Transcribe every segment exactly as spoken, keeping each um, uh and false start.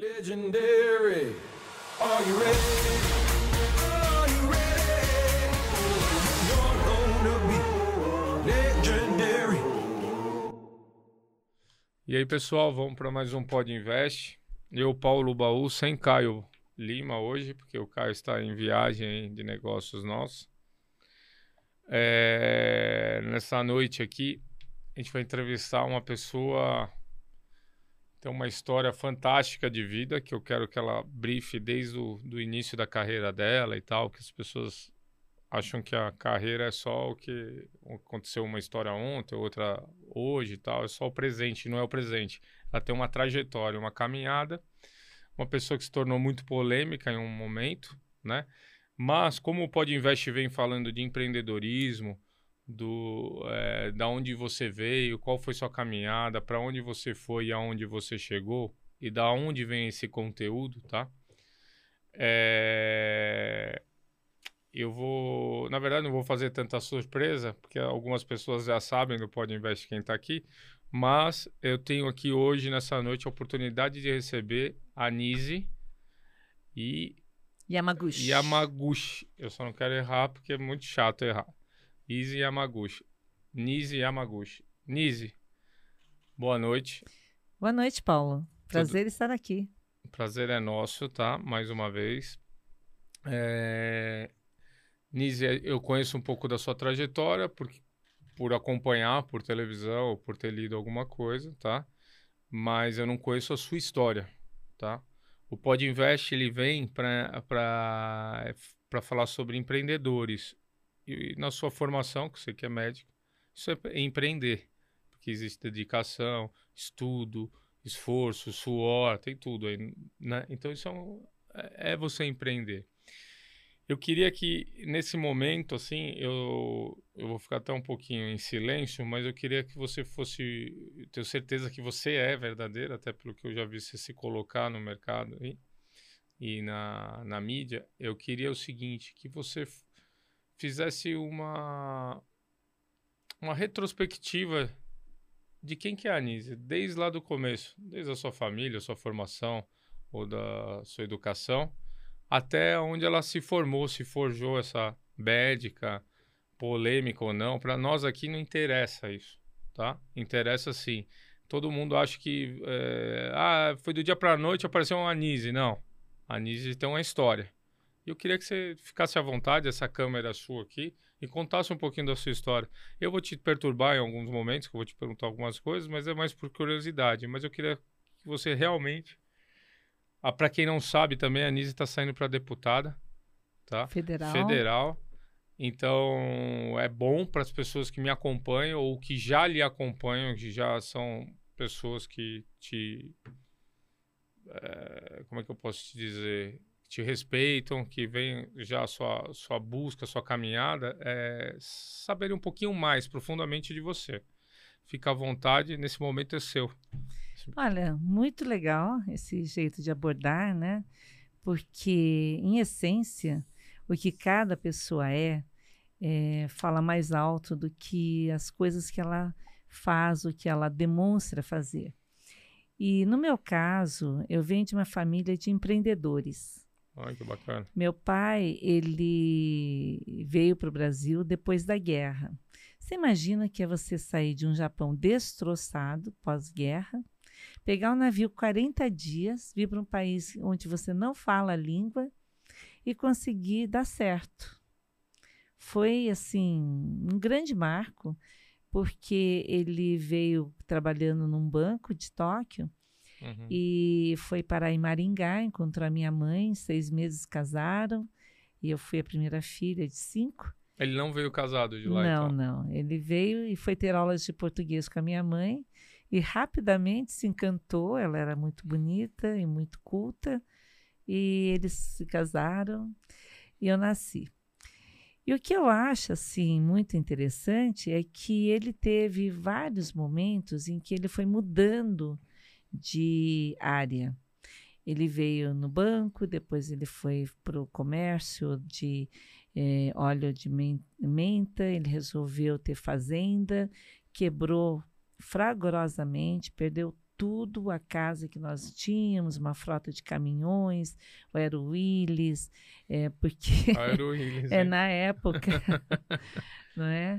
Legendary, are you ready? Are you ready? You're gonna be legendary. E aí, pessoal, vamos para mais um Pod Invest. Eu, Paulo Baú, sem Caio Lima hoje, porque o Caio está em viagem de negócios nossos. É, nessa noite aqui, a gente vai entrevistar uma pessoa que tem uma história fantástica de vida, que eu quero que ela briefe desde o do início da carreira dela e tal, que as pessoas acham que a carreira é só o que aconteceu, uma história ontem, outra hoje e tal, é só o presente, não é o presente. Ela tem uma trajetória, uma caminhada, uma pessoa que se tornou muito polêmica em um momento, né? Mas como o Pod Invest vem falando de empreendedorismo, do, é, da onde você veio, qual foi sua caminhada, para onde você foi e aonde você chegou, e da onde vem esse conteúdo, tá? É... Eu vou... Na verdade, não vou fazer tanta surpresa, porque algumas pessoas já sabem do Pod Invest quem está aqui, mas eu tenho aqui hoje, nessa noite, a oportunidade de receber a Nise e... Yamaguchi. Yamaguchi. Eu só não quero errar, porque é muito chato errar. Nise Yamaguchi. Nise Yamaguchi. Nise, boa noite. Boa noite, Paulo. Prazer Tudo... estar aqui. O prazer é nosso, tá? Mais uma vez. É... Nise, eu conheço um pouco da sua trajetória, por, por acompanhar por televisão, ou por ter lido alguma coisa, tá? Mas eu não conheço a sua história, tá? O Pod Invest, ele vem para falar sobre empreendedores. E na sua formação, que você que é médico, isso é empreender. Porque existe dedicação, estudo, esforço, suor, tem tudo aí, né? Então isso é, um, é você empreender. Eu queria que, nesse momento, assim, eu, eu vou ficar até um pouquinho em silêncio, mas eu queria que você fosse... Tenho certeza que você é verdadeira, até pelo que eu já vi você se colocar no mercado aí, e na, na mídia. Eu queria o seguinte, que você fizesse uma, uma retrospectiva de quem que é a Nise, desde lá do começo, desde a sua família, a sua formação ou da sua educação, até onde ela se formou, se forjou essa médica, polêmica ou não. Para nós aqui não interessa isso, tá? Interessa sim. Todo mundo acha que é, ah, foi do dia para a noite apareceu uma Nise. Não, a Nise tem uma história. E eu queria que você ficasse à vontade, essa câmera é sua aqui, e contasse um pouquinho da sua história. Eu vou te perturbar em alguns momentos, que eu vou te perguntar algumas coisas, mas é mais por curiosidade. Mas eu queria que você realmente... Ah, para quem não sabe também, a Nise está saindo para deputada, tá? Federal. Federal. Então, é bom para as pessoas que me acompanham ou que já lhe acompanham, que já são pessoas que te... É, como é que eu posso te dizer... te respeitam, que vem já a sua, sua busca, a sua caminhada, é saber um pouquinho mais profundamente de você. Fica à vontade, nesse momento é seu. Olha, muito legal esse jeito de abordar, né? Porque, em essência, o que cada pessoa é, é fala mais alto do que as coisas que ela faz, o que ela demonstra fazer. E, no meu caso, eu venho de uma família de empreendedores. Ai, que bacana. Meu pai, ele veio para o Brasil depois da guerra. Você imagina que é você sair de um Japão destroçado, pós-guerra, pegar um navio quarenta dias, vir para um país onde você não fala a língua e conseguir dar certo. Foi, assim, um grande marco, porque ele veio trabalhando num banco de Tóquio, Uhum. e foi parar em Maringá, encontrou a minha mãe, seis meses casaram, e eu fui a primeira filha de cinco. Ele não veio casado de lá, não, então? Não, não. Ele veio e foi ter aulas de português com a minha mãe, e rapidamente se encantou, ela era muito bonita e muito culta, e eles se casaram, e eu nasci. E o que eu acho, assim, muito interessante é que ele teve vários momentos em que ele foi mudando de área. Ele veio no banco, depois ele foi para o comércio de eh, óleo de menta, ele resolveu ter fazenda, quebrou fragorosamente, perdeu tudo, a casa que nós tínhamos, uma frota de caminhões, o Aero Willis, é, porque Aero Willis, é hein? na época, não é?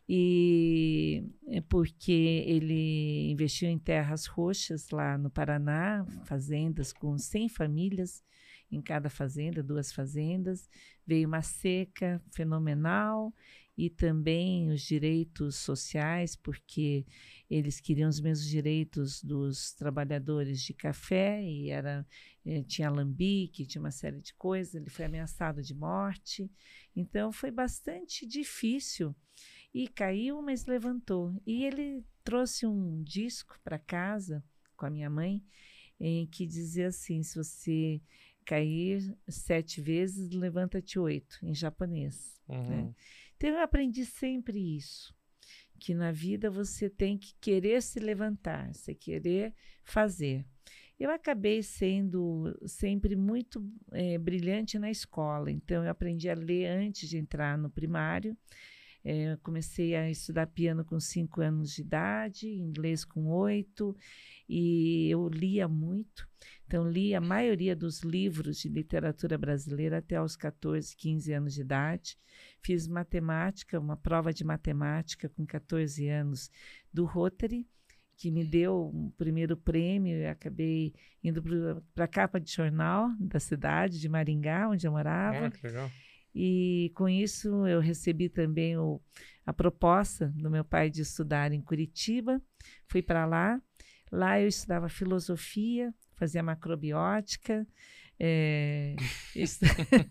E é porque ele investiu em terras roxas lá no Paraná, fazendas com cem famílias em cada fazenda, duas fazendas. Veio uma seca fenomenal e também os direitos sociais, porque eles queriam os mesmos direitos dos trabalhadores de café e era, eh, tinha alambique, tinha uma série de coisas. Ele foi ameaçado de morte. Então, foi bastante difícil. E caiu, mas levantou. E ele trouxe um disco para casa com a minha mãe, em que dizia assim: se você cair sete vezes, levanta-te oito, em japonês. Uhum. Né? Então eu aprendi sempre isso, que na vida você tem que querer se levantar, você querer fazer. Eu acabei sendo sempre muito é, brilhante na escola, então eu aprendi a ler antes de entrar no primário. É, comecei a estudar piano com cinco anos de idade, inglês com oito, e eu lia muito. Então, li a maioria dos livros de literatura brasileira até aos catorze, quinze anos de idade. Fiz matemática, uma prova de matemática com catorze anos do Rotary, que me deu um primeiro prêmio. Eu acabei indo para a capa de jornal da cidade de Maringá, onde eu morava. Ah, que legal. E com isso eu recebi também o, a proposta do meu pai de estudar em Curitiba. Fui para lá. Lá eu estudava filosofia, fazia macrobiótica, é, estu...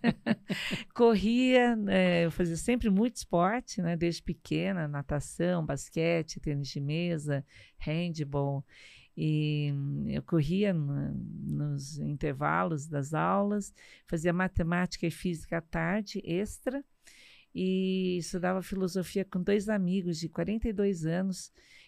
corria, é, eu fazia sempre muito esporte, né, desde pequena, natação, basquete, tênis de mesa, handball. E eu corria no, nos intervalos das aulas, fazia matemática e física à tarde, extra, e estudava filosofia com dois amigos de quarenta e dois anos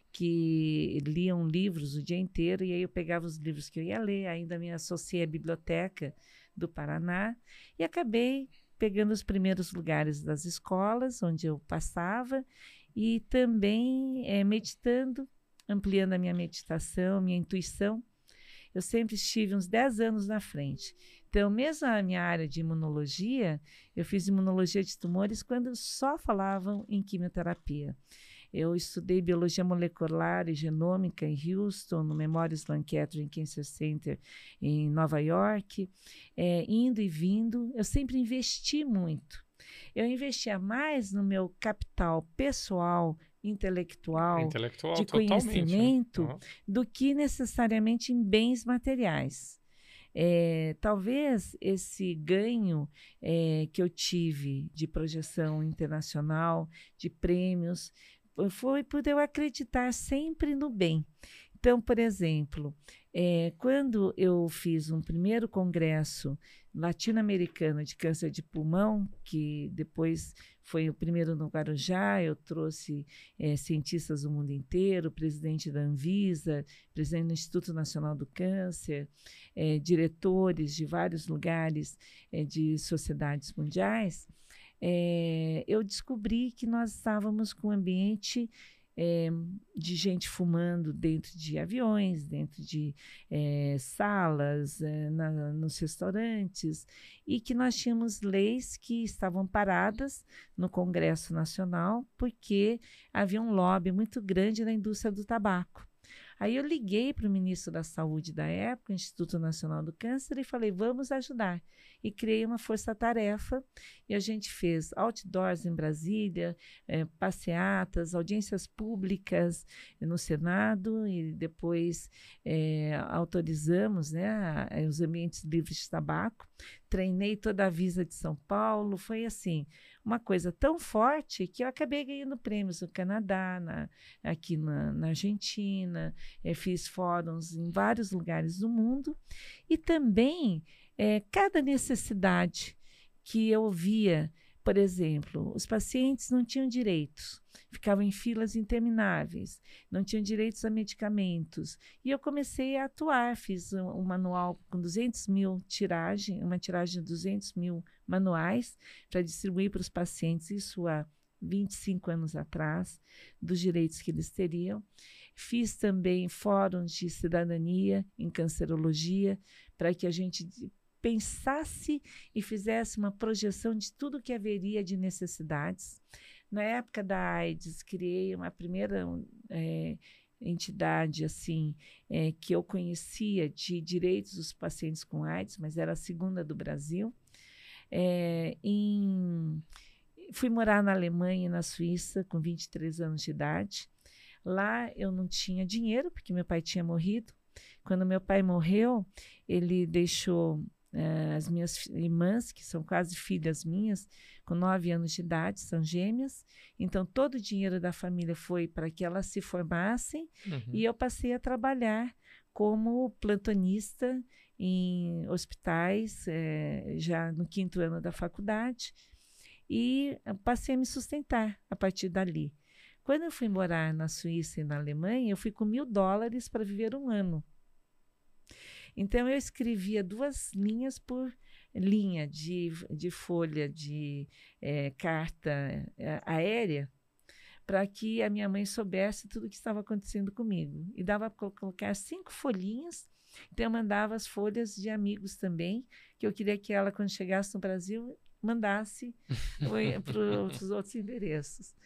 que liam livros o dia inteiro, e aí eu pegava os livros que eu ia ler, ainda me associei à Biblioteca do Paraná e acabei pegando os primeiros lugares das escolas onde eu passava e também é, meditando, ampliando a minha meditação, minha intuição. Eu sempre estive uns dez anos na frente. Então, mesmo a minha área de imunologia, eu fiz imunologia de tumores quando só falavam em quimioterapia. Eu estudei biologia molecular e genômica em Houston, no Memorial Sloan Kettering Cancer Center em Nova York, é, indo e vindo. Eu sempre investi muito. Eu investia mais no meu capital pessoal, intelectual, Intelectual, de totalmente, conhecimento, né? Uhum. do que necessariamente em bens materiais. É, talvez esse ganho é, que eu tive de projeção internacional, de prêmios, foi por eu acreditar sempre no bem. Então, por exemplo, é, quando eu fiz um primeiro congresso latino-americano de câncer de pulmão, que depois foi o primeiro no Guarujá, eu trouxe é, cientistas do mundo inteiro, presidente da Anvisa, presidente do Instituto Nacional do Câncer, é, diretores de vários lugares é, de sociedades mundiais, é, eu descobri que nós estávamos com um ambiente É, de gente fumando dentro de aviões, dentro de é, salas, é, na, nos restaurantes, e que nós tínhamos leis que estavam paradas no Congresso Nacional porque havia um lobby muito grande na indústria do tabaco. Aí eu liguei para o ministro da Saúde da época, Instituto Nacional do Câncer, e falei, vamos ajudar. E criei uma força-tarefa, e a gente fez outdoors em Brasília, eh, passeatas, audiências públicas no Senado, e depois eh, autorizamos, né, a, a, os ambientes livres de tabaco. Treinei toda a Visa de São Paulo, foi assim, uma coisa tão forte que eu acabei ganhando prêmios no Canadá, na, aqui na, na Argentina, é, fiz fóruns em vários lugares do mundo, e também é, cada necessidade que eu via, por exemplo, os pacientes não tinham direitos, ficavam em filas intermináveis, não tinham direitos a medicamentos, e eu comecei a atuar, fiz um, um manual com duzentos mil tiragem, uma tiragem de duzentos mil manuais para distribuir para os pacientes, isso há vinte e cinco anos atrás, dos direitos que eles teriam. Fiz também fóruns de cidadania em cancerologia, para que a gente pensasse e fizesse uma projeção de tudo que haveria de necessidades. Na época da AIDS, criei uma primeira é, entidade assim, é, que eu conhecia de direitos dos pacientes com AIDS, mas era a segunda do Brasil. É, em, fui morar na Alemanha e na Suíça com vinte e três anos de idade. Lá eu não tinha dinheiro, porque meu pai tinha morrido. Quando meu pai morreu, ele deixou uh, as minhas irmãs, que são quase filhas minhas, com nove anos de idade, são gêmeas. Então, todo o dinheiro da família foi para que elas se formassem, uhum. e eu passei a trabalhar como plantonista em hospitais, eh, já no quinto ano da faculdade, e passei a me sustentar a partir dali. Quando eu fui morar na Suíça e na Alemanha, eu fui com mil dólares para viver um ano. Então, eu escrevia duas linhas por linha de, de folha de é, carta é, aérea, para que a minha mãe soubesse tudo o que estava acontecendo comigo. E dava para colocar cinco folhinhas. Então, eu mandava as folhas de amigos também, que eu queria que ela, quando chegasse no Brasil, mandasse para os outros endereços.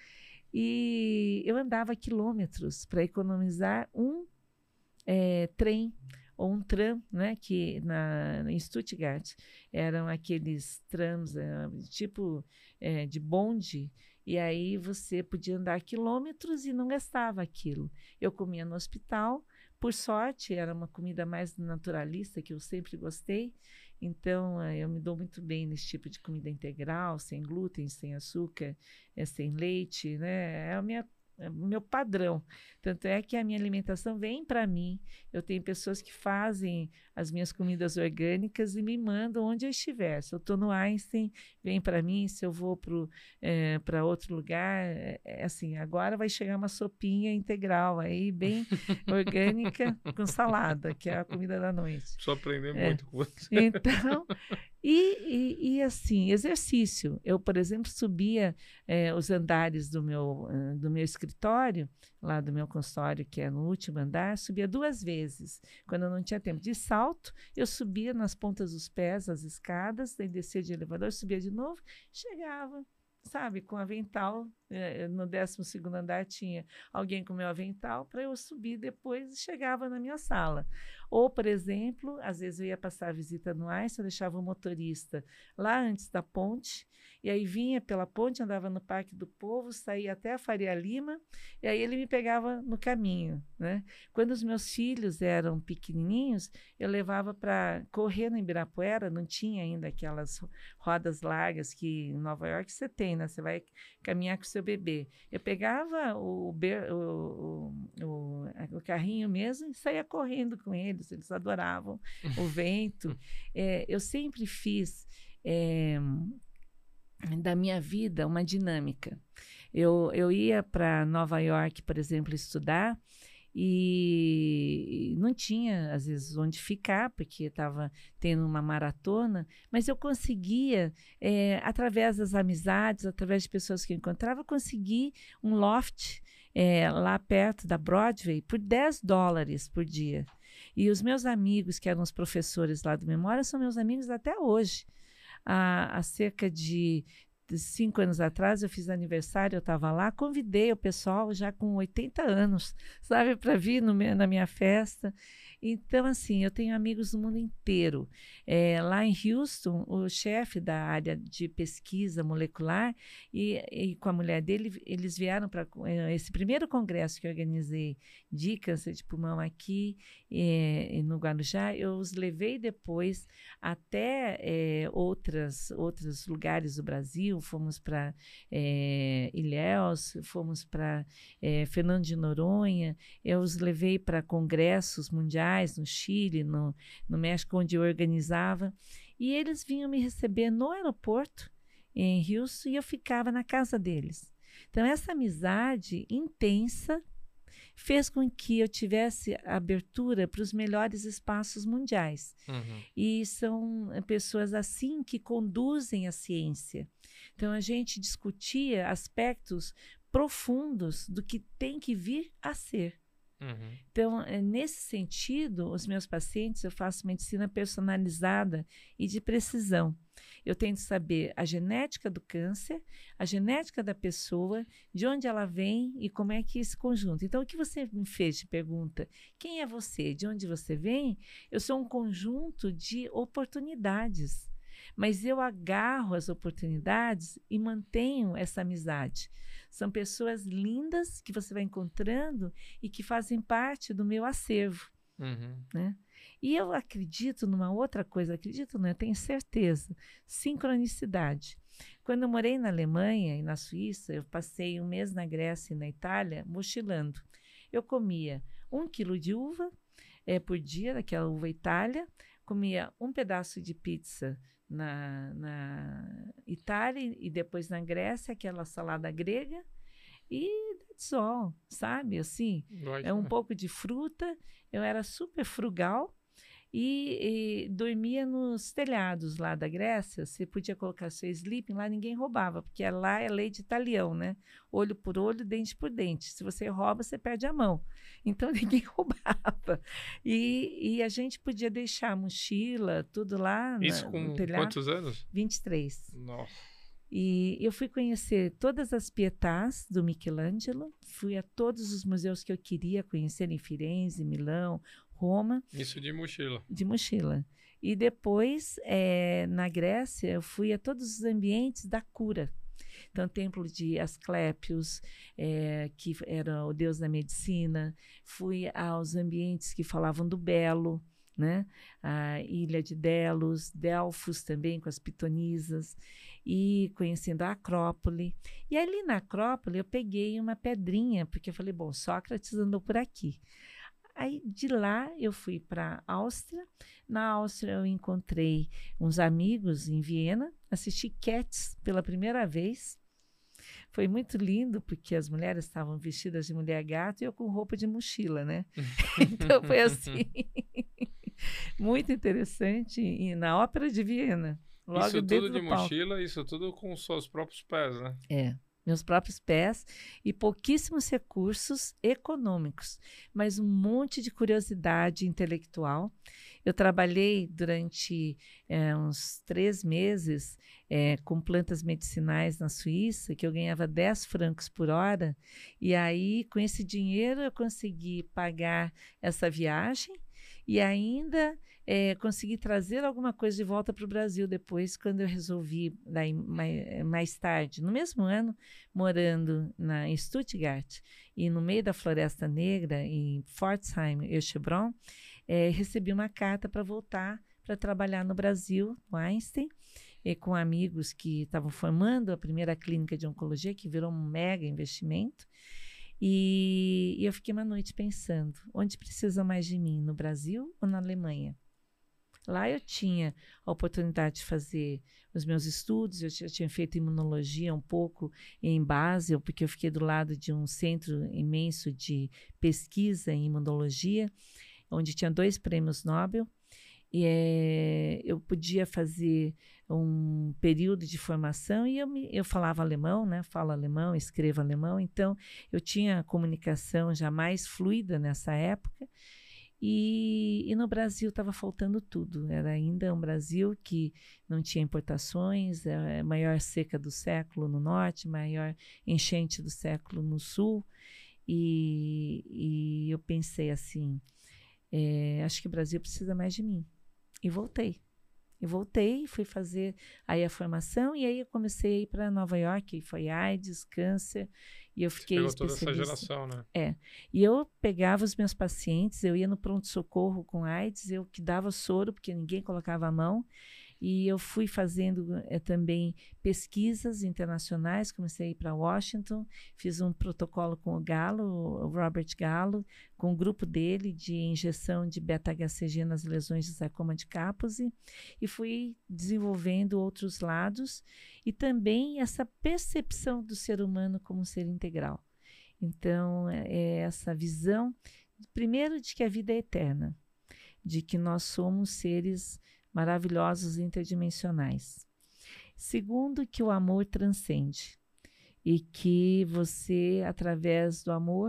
E eu andava quilômetros para economizar um é, trem ou um tram, né, que na, em Stuttgart eram aqueles trams é, tipo é, de bonde, e aí você podia andar quilômetros e não gastava aquilo. Eu comia no hospital, por sorte era uma comida mais naturalista, que eu sempre gostei, então eu me dou muito bem nesse tipo de comida integral, sem glúten, sem açúcar, é, sem leite, né? É a minha É o meu padrão. Tanto é que a minha alimentação vem para mim. Eu tenho pessoas que fazem as minhas comidas orgânicas e me mandam onde eu estiver. Se eu estou no Einstein, vem para mim. Se eu vou para é, outro lugar, é, é assim, agora vai chegar uma sopinha integral aí, bem orgânica, com salada, que é a comida da noite. Só aprender é. muito com você. Então, e, e, e assim, exercício. Eu, por exemplo, subia é, os andares do meu, do meu escritório, lá do meu consultório, que é no último andar, subia duas vezes. Quando eu não tinha tempo de salto, eu subia nas pontas dos pés as escadas, daí descia de elevador, subia de novo, chegava, sabe, com avental. Eh, no décimo segundo andar tinha alguém com meu avental para eu subir depois e chegava na minha sala. Ou, por exemplo, às vezes eu ia passar a visita no Einstein, eu deixava o motorista lá antes da ponte, e aí vinha pela ponte, andava no Parque do Povo, saía até a Faria Lima, e aí ele me pegava no caminho, né? Quando os meus filhos eram pequenininhos, eu levava para correr no Ibirapuera, não tinha ainda aquelas rodas largas que em Nova York você tem, né? Você vai caminhar com o seu bebê. Eu pegava o, o, o, o carrinho mesmo e saía correndo com eles, eles adoravam o vento. É, eu sempre fiz é, da minha vida uma dinâmica. Eu, eu ia para Nova York, por exemplo, estudar, e não tinha, às vezes, onde ficar, porque estava tendo uma maratona, mas eu conseguia, é, através das amizades, através de pessoas que eu encontrava, conseguir um loft é, lá perto da Broadway por dez dólares por dia. E os meus amigos, que eram os professores lá do Memória, são meus amigos até hoje. Há, há cerca de cinco anos atrás, eu fiz aniversário, eu estava lá, convidei o pessoal já com oitenta anos, sabe, para vir no meu, na minha festa. Então, assim, eu tenho amigos do mundo inteiro. É, lá em Houston, o chefe da área de pesquisa molecular e, e com a mulher dele, eles vieram para esse primeiro congresso que eu organizei de câncer de pulmão aqui é, no Guarujá. Eu os levei depois até é, outras, outros lugares do Brasil. Fomos para é, Ilhéus, fomos para é, Fernando de Noronha. Eu os levei para congressos mundiais no Chile, no, no México, onde eu organizava, e eles vinham me receber no aeroporto em Houston e eu ficava na casa deles. Então, essa amizade intensa fez com que eu tivesse abertura para os melhores espaços mundiais. Uhum. E são pessoas assim que conduzem a ciência. Então, a gente discutia aspectos profundos do que tem que vir a ser. Uhum. Então, é, nesse sentido, os meus pacientes, eu faço medicina personalizada e de precisão. Eu tento saber a genética do câncer, a genética da pessoa, de onde ela vem e como é que esse conjunto. Então, o que você me fez de pergunta, quem é você, de onde você vem? Eu sou um conjunto de oportunidades, mas eu agarro as oportunidades e mantenho essa amizade. São pessoas lindas que você vai encontrando e que fazem parte do meu acervo. Uhum. Né? E eu acredito numa outra coisa, acredito não, eu tenho certeza, sincronicidade. Quando eu morei na Alemanha e na Suíça, eu passei um mês na Grécia e na Itália mochilando. Eu comia um quilo de uva é, por dia, daquela uva Itália, comia um pedaço de pizza na, na Itália e depois na Grécia, aquela salada grega, e that's all, sabe? Assim, é um pouco de fruta. Eu era super frugal e, e dormia nos telhados lá da Grécia. Você podia colocar seu sleeping lá, ninguém roubava, porque lá é lei de talião, né? Olho por olho, dente por dente. Se você rouba, você perde a mão. Então, ninguém roubava. E, e a gente podia deixar a mochila, tudo lá Isso na, com no telhado. Quantos anos? vinte e três. Nossa. E eu fui conhecer todas as Pietás do Michelangelo, fui a todos os museus que eu queria conhecer em Firenze, Milão, Roma. Isso de mochila. De mochila. E depois, é, na Grécia, eu fui a todos os ambientes da cura. Então, o templo de Asclépios, é, que era o deus da medicina. Fui aos ambientes que falavam do belo, né? A ilha de Delos, Delfos também, com as pitonisas, e conhecendo a Acrópole. E ali na Acrópole eu peguei uma pedrinha, porque eu falei, bom, Sócrates andou por aqui. Aí de lá eu fui para a Áustria. Na Áustria eu encontrei uns amigos em Viena, assisti Cats pela primeira vez. Foi muito lindo, porque as mulheres estavam vestidas de mulher gato e eu com roupa de mochila, né? Então foi assim, muito interessante. E na Ópera de Viena, logo isso dentro tudo de do palco. mochila, isso tudo com os seus próprios pés, né? É, meus próprios pés e pouquíssimos recursos econômicos, mas um monte de curiosidade intelectual. Eu trabalhei durante é, uns três meses é, com plantas medicinais na Suíça, que eu ganhava dez francos por hora, e aí com esse dinheiro eu consegui pagar essa viagem e ainda é, consegui trazer alguma coisa de volta para o Brasil depois, quando eu resolvi, daí, mais, mais tarde, no mesmo ano, morando na, em Stuttgart e no meio da Floresta Negra, em Pforzheim e Chevron, é, recebi uma carta para voltar para trabalhar no Brasil, no Einstein, e com amigos que estavam formando a primeira clínica de oncologia, que virou um mega investimento. E, e eu fiquei uma noite pensando, onde precisa mais de mim, no Brasil ou na Alemanha? Lá eu tinha a oportunidade de fazer os meus estudos, eu tinha, tinha feito imunologia um pouco em Basel, porque eu fiquei do lado de um centro imenso de pesquisa em imunologia, onde tinha dois prêmios Nobel, e é, eu podia fazer um período de formação e eu, me, eu falava alemão, né? Falo alemão, escrevo alemão, então eu tinha comunicação já mais fluida nessa época. E, e no Brasil estava faltando tudo, era ainda um Brasil que não tinha importações, é a maior seca do século no norte, maior enchente do século no sul, e, e eu pensei assim, é, acho que o Brasil precisa mais de mim, e voltei. E voltei, fui fazer aí a formação, e aí eu comecei a ir para Nova York, e foi AIDS, câncer, e eu fiquei Você pegou toda essa geração, né? É, e eu pegava os meus pacientes, eu ia no pronto-socorro com AIDS, eu que dava soro, porque ninguém colocava a mão, e eu fui fazendo é, também pesquisas internacionais, comecei a ir para Washington, fiz um protocolo com o Gallo, o Robert Gallo, com o grupo dele de injeção de beta-H C G nas lesões de sarcoma de Kaposi, e fui desenvolvendo outros lados, e também essa percepção do ser humano como um ser integral. Então, é essa visão, primeiro, de que a vida é eterna, de que nós somos seres maravilhosos interdimensionais. Segundo, que o amor transcende e que você, através do amor,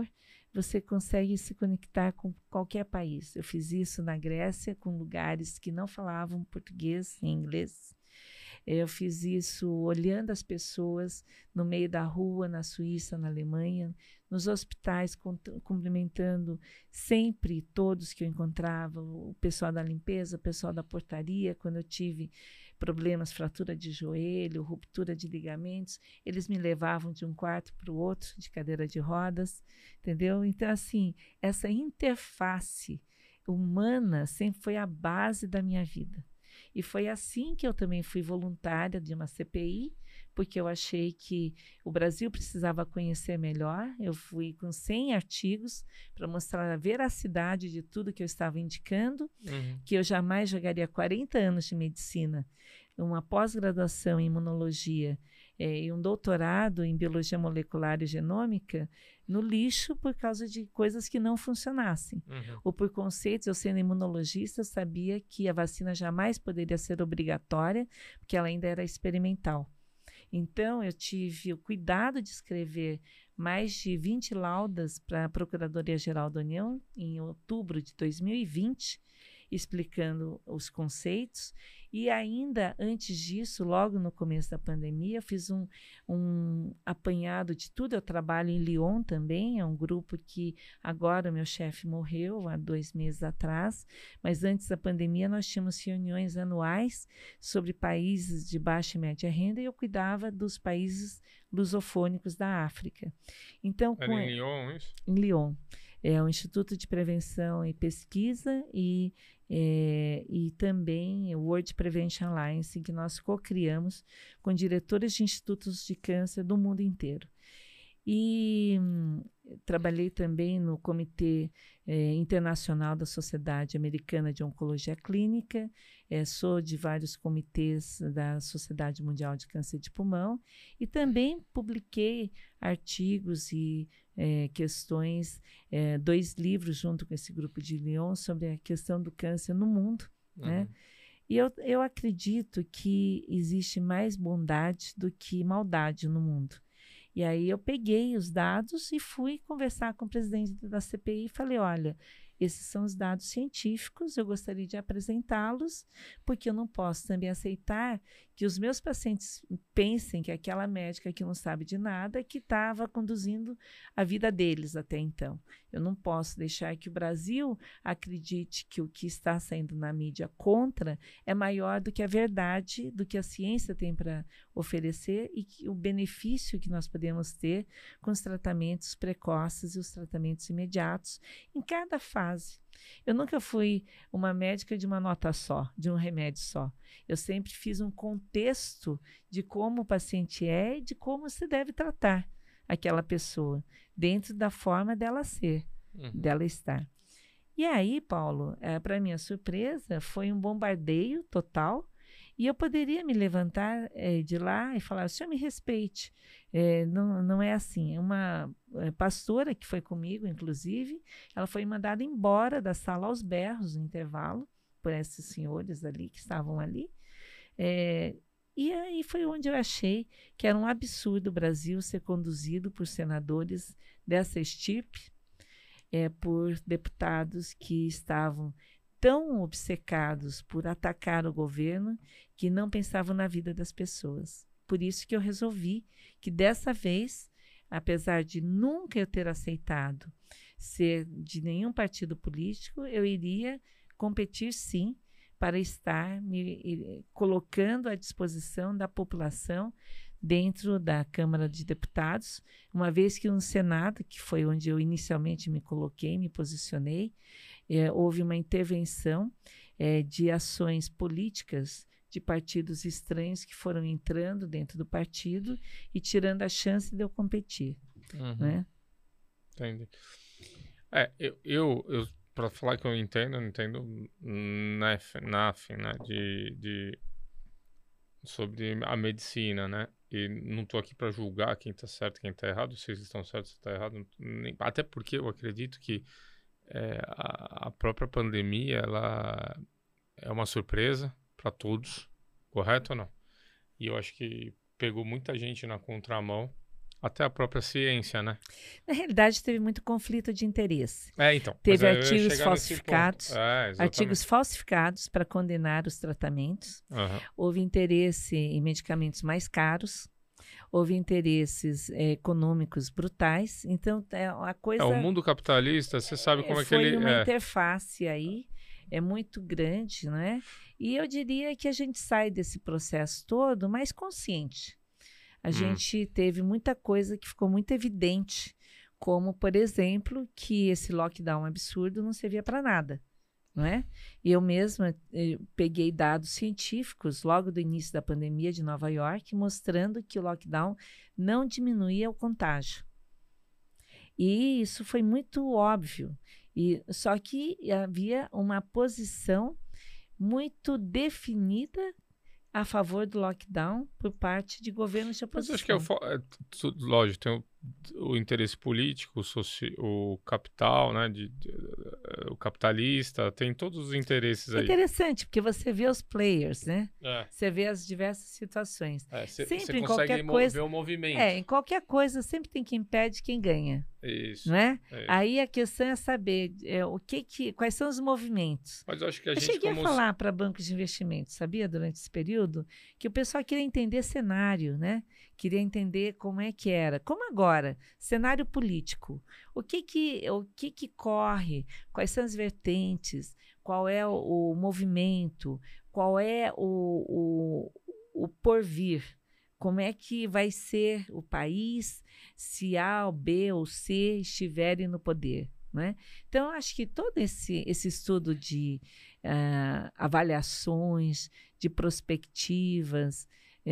você consegue se conectar com qualquer país. Eu fiz isso na Grécia, com lugares que não falavam português nem inglês. Eu fiz isso olhando as pessoas no meio da rua, na Suíça, na Alemanha, nos hospitais, cumprimentando sempre todos que eu encontrava, o pessoal da limpeza, o pessoal da portaria. Quando eu tive problemas, fratura de joelho, ruptura de ligamentos, eles me levavam de um quarto para o outro, de cadeira de rodas, entendeu? Então, assim, essa interface humana sempre foi a base da minha vida. E foi assim que eu também fui voluntária de uma C P I, porque eu achei que o Brasil precisava conhecer melhor. Eu fui com cem artigos para mostrar a veracidade de tudo que eu estava indicando, uhum. que eu jamais jogaria quarenta anos de medicina, uma pós-graduação em imunologia é, e um doutorado em biologia molecular e genômica no lixo por causa de coisas que não funcionassem. Uhum. Ou por conceitos, eu sendo imunologista, sabia que a vacina jamais poderia ser obrigatória, porque ela ainda era experimental. Então, eu tive o cuidado de escrever mais de vinte laudas para a Procuradoria-Geral da União em outubro de dois mil e vinte, explicando os conceitos. E ainda antes disso, logo no começo da pandemia, eu fiz um, um apanhado de tudo. Eu trabalho em Lyon também, é um grupo que agora o meu chefe morreu há dois meses atrás, mas antes da pandemia nós tínhamos reuniões anuais sobre países de baixa e média renda e eu cuidava dos países lusofônicos da África. Então, Era com, em Lyon, isso? Em Lyon. É o Instituto de Prevenção e Pesquisa e, é, e também o World Prevention Alliance, que nós co-criamos com diretores de institutos de câncer do mundo inteiro. E hum, trabalhei também no Comitê eh, Internacional da Sociedade Americana de Oncologia Clínica, eh, sou de vários comitês da Sociedade Mundial de Câncer de Pulmão e também publiquei artigos e eh, questões, eh, dois livros junto com esse grupo de Lyon sobre a questão do câncer no mundo, uhum. né? E eu, eu acredito que existe mais bondade do que maldade no mundo. E aí eu peguei os dados e fui conversar com o presidente da C P I e falei, olha, esses são os dados científicos, eu gostaria de apresentá-los, porque eu não posso também aceitar que os meus pacientes pensem que aquela médica que não sabe de nada que estava conduzindo a vida deles até então. Eu não posso deixar que o Brasil acredite que o que está saindo na mídia contra é maior do que a verdade, do que a ciência tem para oferecer e que o benefício que nós podemos ter com os tratamentos precoces e os tratamentos imediatos em cada fase. Eu nunca fui uma médica de uma nota só, de um remédio só. Eu sempre fiz um contexto de como o paciente é e de como se deve tratar aquela pessoa, dentro da forma dela ser, uhum. dela estar. E aí, Paulo, é, para minha surpresa, foi um bombardeio total. E eu poderia me levantar é, de lá e falar, o senhor me respeite. É, não, não é assim. Uma é, pastora que foi comigo, inclusive, ela foi mandada embora da sala aos berros no intervalo, por esses senhores ali que estavam ali. É, e aí foi onde eu achei que era um absurdo o Brasil ser conduzido por senadores dessa estirpe, é, por deputados que estavam tão obcecados por atacar o governo que não pensavam na vida das pessoas. Por isso que eu resolvi que dessa vez, apesar de nunca eu ter aceitado ser de nenhum partido político, eu iria competir sim para estar me colocando à disposição da população dentro da Câmara de Deputados, uma vez que no Senado, que foi onde eu inicialmente me coloquei, me posicionei, É, houve uma intervenção é, de ações políticas de partidos estranhos que foram entrando dentro do partido e tirando a chance de eu competir. Uhum. Né? Entendi. É, eu, eu, eu para falar que eu entendo, eu entendo N A F, né, de, de, sobre a medicina, né? E não estou aqui para julgar quem está certo e quem está errado, se vocês estão certos ou está errado, nem, até porque eu acredito que É, a, a própria pandemia, ela é uma surpresa para todos, correto ou não? E eu acho que pegou muita gente na contramão Até a própria ciência, né? Na realidade, teve muito conflito de interesse. É, então. Teve mas eu ia artigos chegar nesse falsificados, ponto. É, exatamente. artigos falsificados para condenar os tratamentos. Aham. Houve interesse em medicamentos mais caros. Houve interesses eh, econômicos brutais. Então, é uma coisa... É, o mundo capitalista, você sabe como é que Foi ele... uma é. interface aí, é muito grande, né? E eu diria que a gente sai desse processo todo mais consciente. A Hum. gente teve muita coisa que ficou muito evidente, como, por exemplo, que esse lockdown absurdo não servia para nada, não é? Eu mesma eh, peguei dados científicos logo do início da pandemia de Nova York, mostrando que o lockdown não diminuía o contágio. E isso foi muito óbvio. E, só que havia uma posição muito definida a favor do lockdown por parte de governos de Mas oposição. acho que é, o fo- é tu- lógico, tem o, o interesse político, o, soci- o capital, né? De, de- eh, o capitalista, tem todos os interesses É aí. interessante, porque você vê os players, né? É, Você vê as diversas situações. é, cê- Sempre cê em consegue qualquer mo- coisa- ver o movimento. É, em qualquer coisa sempre tem quem perde e quem ganha, Isso. não é? é isso. Aí a questão é saber é, o que que, quais são os movimentos. Mas eu acho que a Eu gente, cheguei como... a falar para bancos de investimento, sabia, durante esse período, que o pessoal queria entender cenário, né? Queria entender como é que era. Como agora, cenário político. O que que, o que que corre? Quais são as vertentes? Qual é o, o movimento? Qual é o, o, o porvir? Como é que vai ser o país se A, ou B ou C estiverem no poder? Né? Então, eu acho que todo esse, esse estudo de uh, avaliações, de prospectivas,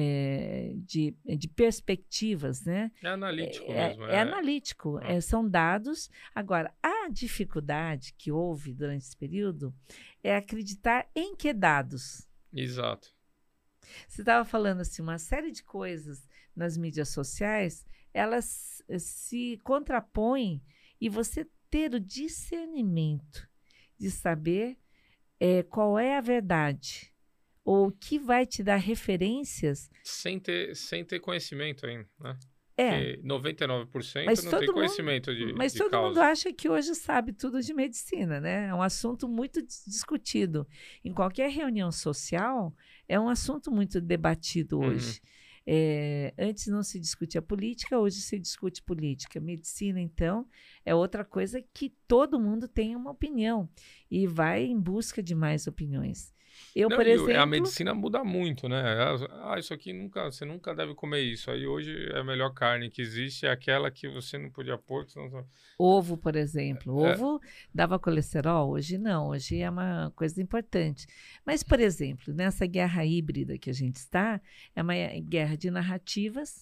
é, de, de perspectivas, né? É analítico é, mesmo. É, é analítico, é, são dados. Agora, a dificuldade que houve durante esse período é acreditar em que dados? Exato. Você estava falando assim, uma série de coisas nas mídias sociais, elas se contrapõem e você ter o discernimento de saber é, qual é a verdade ou o que vai te dar referências. Sem ter, sem ter conhecimento ainda, né? É. Porque noventa e nove por cento Mas não todo tem mundo- conhecimento de, Mas de todo causa. mundo acha que hoje sabe tudo de medicina, né? É um assunto muito dis- discutido. Em qualquer reunião social, é um assunto muito debatido hoje. É, antes não se discutia política, hoje se discute política. Medicina, então, é outra coisa que todo mundo tem uma opinião e vai em busca de mais opiniões. Eu, Não, por e o- exemplo... a medicina muda muito, né? Ah, isso aqui nunca, você nunca deve comer isso. Aí hoje é a melhor carne que existe, é aquela que você não podia pôr. que senão- Ovo, por exemplo. É. Ovo dava colesterol? Hoje não, hoje é uma coisa importante. Mas, por exemplo, nessa guerra híbrida que a gente está, é uma guerra de narrativas,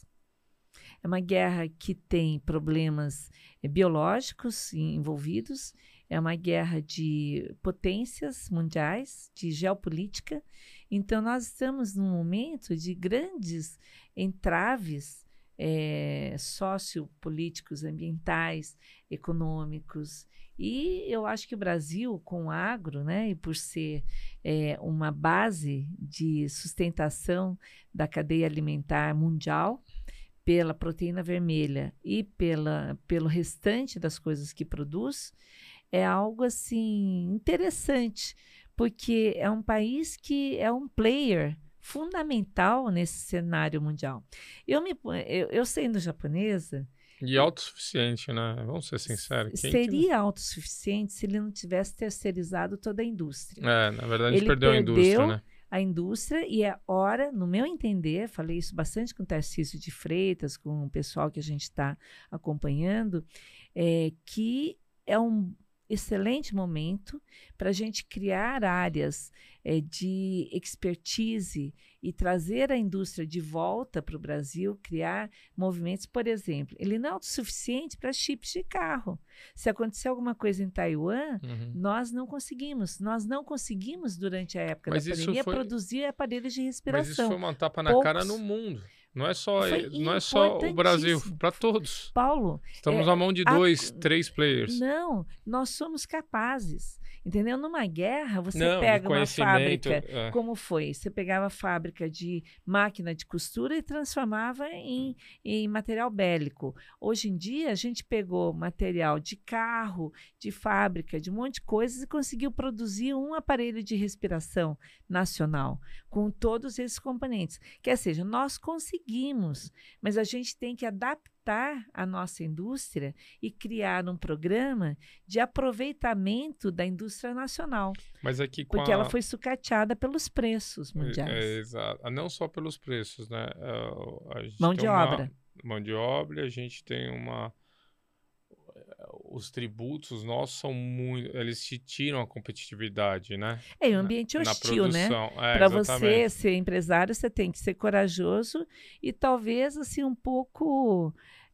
é uma guerra que tem problemas eh, biológicos envolvidos, é uma guerra de potências mundiais, de geopolítica. Então, nós estamos num momento de grandes entraves eh, sociopolíticos, ambientais, econômicos. E eu acho que o Brasil, com o agro, né, e por ser eh, uma base de sustentação da cadeia alimentar mundial, pela proteína vermelha e pela, pelo restante das coisas que produz, é algo assim interessante, porque é um país que é um player fundamental nesse cenário mundial. Eu, me, eu, eu sendo japonesa, E autossuficiente, né? Vamos ser sinceros. Quem que seria autossuficiente se ele não tivesse terceirizado toda a indústria. não- É, na verdade, a gente Ele perdeu, a indústria, perdeu né? a indústria e é hora, no meu entender, falei isso bastante com o Tarcísio de Freitas, com o pessoal que a gente está acompanhando, é, que é um excelente momento para a gente criar áreas é, de expertise e trazer a indústria de volta para o Brasil, criar movimentos. Por exemplo, ele não é autossuficiente para chips de carro. Se acontecer alguma coisa em Taiwan, Uhum. nós não conseguimos. Nós não conseguimos, durante a época Mas da isso pandemia, foi- produzir aparelhos de Mas isso respiração. foi uma tapa na Poucos. cara no mundo. Não é só, Foi não é só o Brasil, importantíssimo. para todos. Paulo, Estamos É, na mão de a- dois, três players. não, nós somos capazes. Entendeu? Numa guerra, você Não, de pega uma conhecimento. fábrica, é. como foi? Você pegava a fábrica de máquina de costura e transformava em, em material bélico. Hoje em dia, a gente pegou material de carro, de fábrica, de um monte de coisas e conseguiu produzir um aparelho de respiração nacional com todos esses componentes. Quer seja, nós conseguimos, mas a gente tem que adaptar a nossa indústria e criar um programa de aproveitamento da indústria nacional, Mas aqui com porque a... ela foi sucateada pelos preços É, mundiais. exato. Ah, não só pelos preços, né? Ah, a gente Mão tem de uma obra. mão de obra, a gente tem uma... Os tributos nossos são muito... Eles te tiram a competitividade, né? É um Na, ambiente na hostil, né? produção. É, Para você exatamente. ser empresário, você tem que ser corajoso e talvez assim um pouco,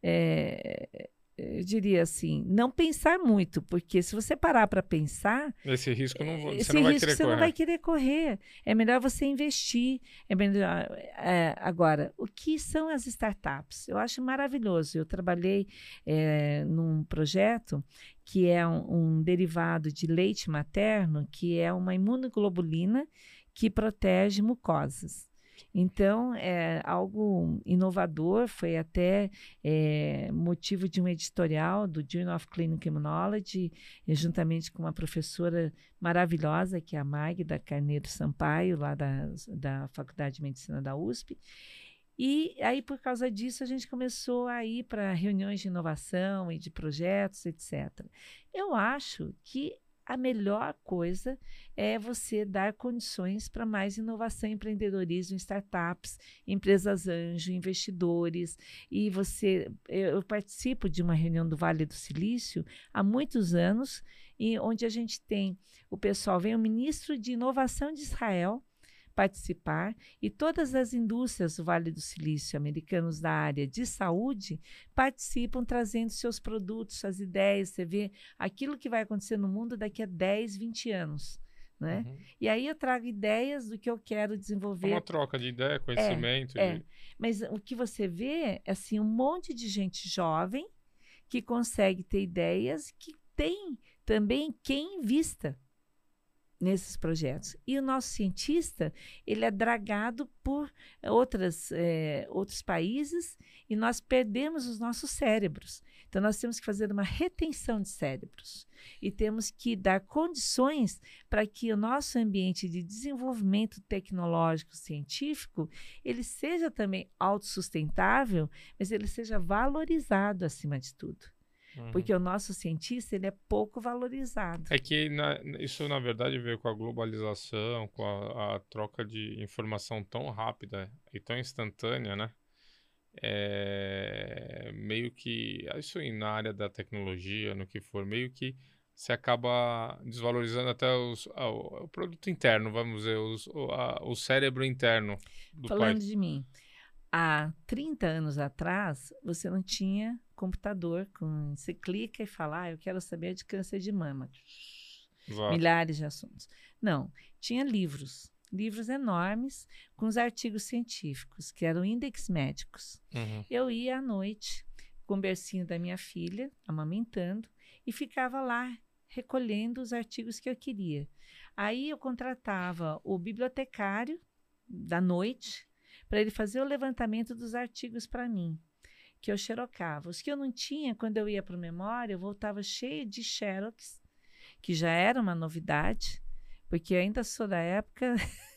é, eu diria assim, não pensar muito, porque se você parar para pensar, Esse risco não, vo- você esse não vai risco querer você não correr. vai querer correr. É melhor você investir. É melhor, é, agora, o que são as startups? Eu acho maravilhoso. Eu trabalhei é, num projeto que é um, um derivado de leite materno, que é uma imunoglobulina que protege mucosas. Então, é algo inovador, foi até é, motivo de um editorial do Journal of Clinical Immunology, eh, juntamente com uma professora maravilhosa, que é a Magda Carneiro Sampaio, lá da, da Faculdade de Medicina da U S P. E aí, por causa disso, a gente começou a ir para reuniões de inovação e de projetos, etcétera. Eu acho que a melhor coisa é você dar condições para mais inovação, empreendedorismo, startups, empresas anjo, investidores. E você, eu, eu participo de uma reunião do Vale do Silício há muitos anos, e onde a gente tem o pessoal, vem o ministro de Inovação de Israel participar, e todas as indústrias do Vale do Silício, americanos da área de saúde, participam trazendo seus produtos, suas ideias. Você vê aquilo que vai acontecer no mundo daqui a dez, vinte anos. Né? Uhum. E aí eu trago ideias do que eu quero É desenvolver. uma troca de ideia, conhecimento. É, de- mas o que você vê é assim, um monte de gente jovem que consegue ter ideias, que tem também quem invista nesses projetos. E o nosso cientista, ele é dragado por outras, eh, outros países, e nós perdemos os nossos cérebros. Então, nós temos que fazer uma retenção de cérebros e temos que dar condições para que o nosso ambiente de desenvolvimento tecnológico, científico, ele seja também autossustentável, mas ele seja valorizado acima de tudo. Uhum. Porque o nosso cientista, ele é pouco valorizado. É que na- isso, na verdade, veio com a globalização, com a, a troca de informação tão rápida e tão instantânea, né? É, meio que, isso aí na área da tecnologia, no que for, meio que se acaba desvalorizando até os, a- o, o produto interno, vamos dizer, os, o, a- o cérebro interno do Falando país. de mim, há trinta anos atrás, você não tinha computador, com, você clica e fala, ah, eu quero saber de câncer de mama. Exato. Milhares de assuntos. Não, tinha livros, livros enormes com os artigos científicos, que eram índex médicos. Uhum. Eu ia à noite com o bercinho da minha filha, amamentando, e ficava lá recolhendo os artigos que eu queria. Aí eu contratava o bibliotecário da noite para ele fazer o levantamento dos artigos para mim, que eu xerocava. Os que eu não tinha, quando eu ia para o memória, eu voltava cheia de xerox, que já era uma novidade, porque eu ainda sou da época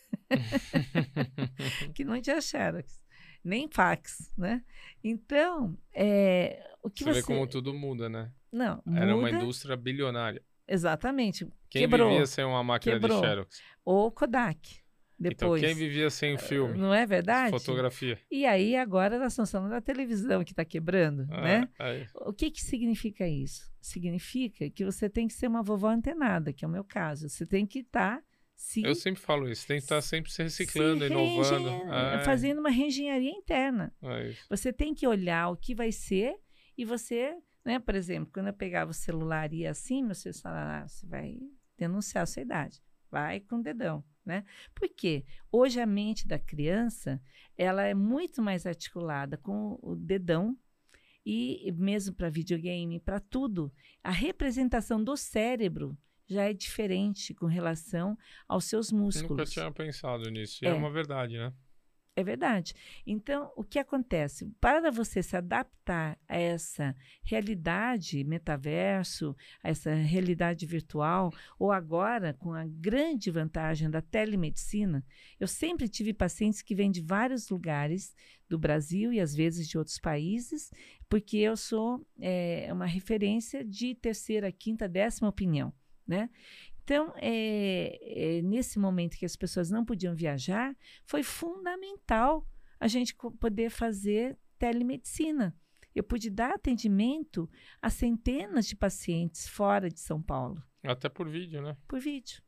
que não tinha xerox, nem fax, né? Então, é, o que Você você... vê como tudo muda, né? Não, Era uma muda, indústria bilionária. exatamente. Quem Quebrou, vivia sem uma máquina quebrou. de Xerox? Ou Kodak, depois. Então, quem vivia sem o filme? Não é verdade? Fotografia. E aí, agora, nós estamos falando da televisão que está quebrando, Ah, né? aí. O que, que significa isso? Significa que você tem que ser uma vovó antenada, que é o meu caso. Você tem que estar, sim, Eu sempre falo isso, tem que estar sempre se reciclando, se inovando. reengen- É, fazendo uma reengenharia interna. é isso. Você tem que olhar o que vai ser e você, né? Por exemplo, quando eu pegava o celular e ia assim, meu filho falava, ah, você vai denunciar a sua idade. Vai com o dedão, né? Por quê? Hoje a mente da criança, ela é muito mais articulada com o dedão, e mesmo para videogame, para tudo, a representação do cérebro já é diferente com relação aos seus músculos. Nunca tinha pensado nisso. E É. é uma verdade, né? É verdade. Então, o que acontece? Para você se adaptar a essa realidade metaverso, a essa realidade virtual, ou agora com a grande vantagem da telemedicina, eu sempre tive pacientes que vêm de vários lugares do Brasil e às vezes de outros países, porque eu sou é, uma referência de terceira, quinta, décima opinião, né? Então, é, é, nesse momento que as pessoas não podiam viajar, foi fundamental a gente poder fazer telemedicina. Eu pude dar atendimento a centenas de pacientes fora de São Paulo. Até por vídeo, né? Por vídeo.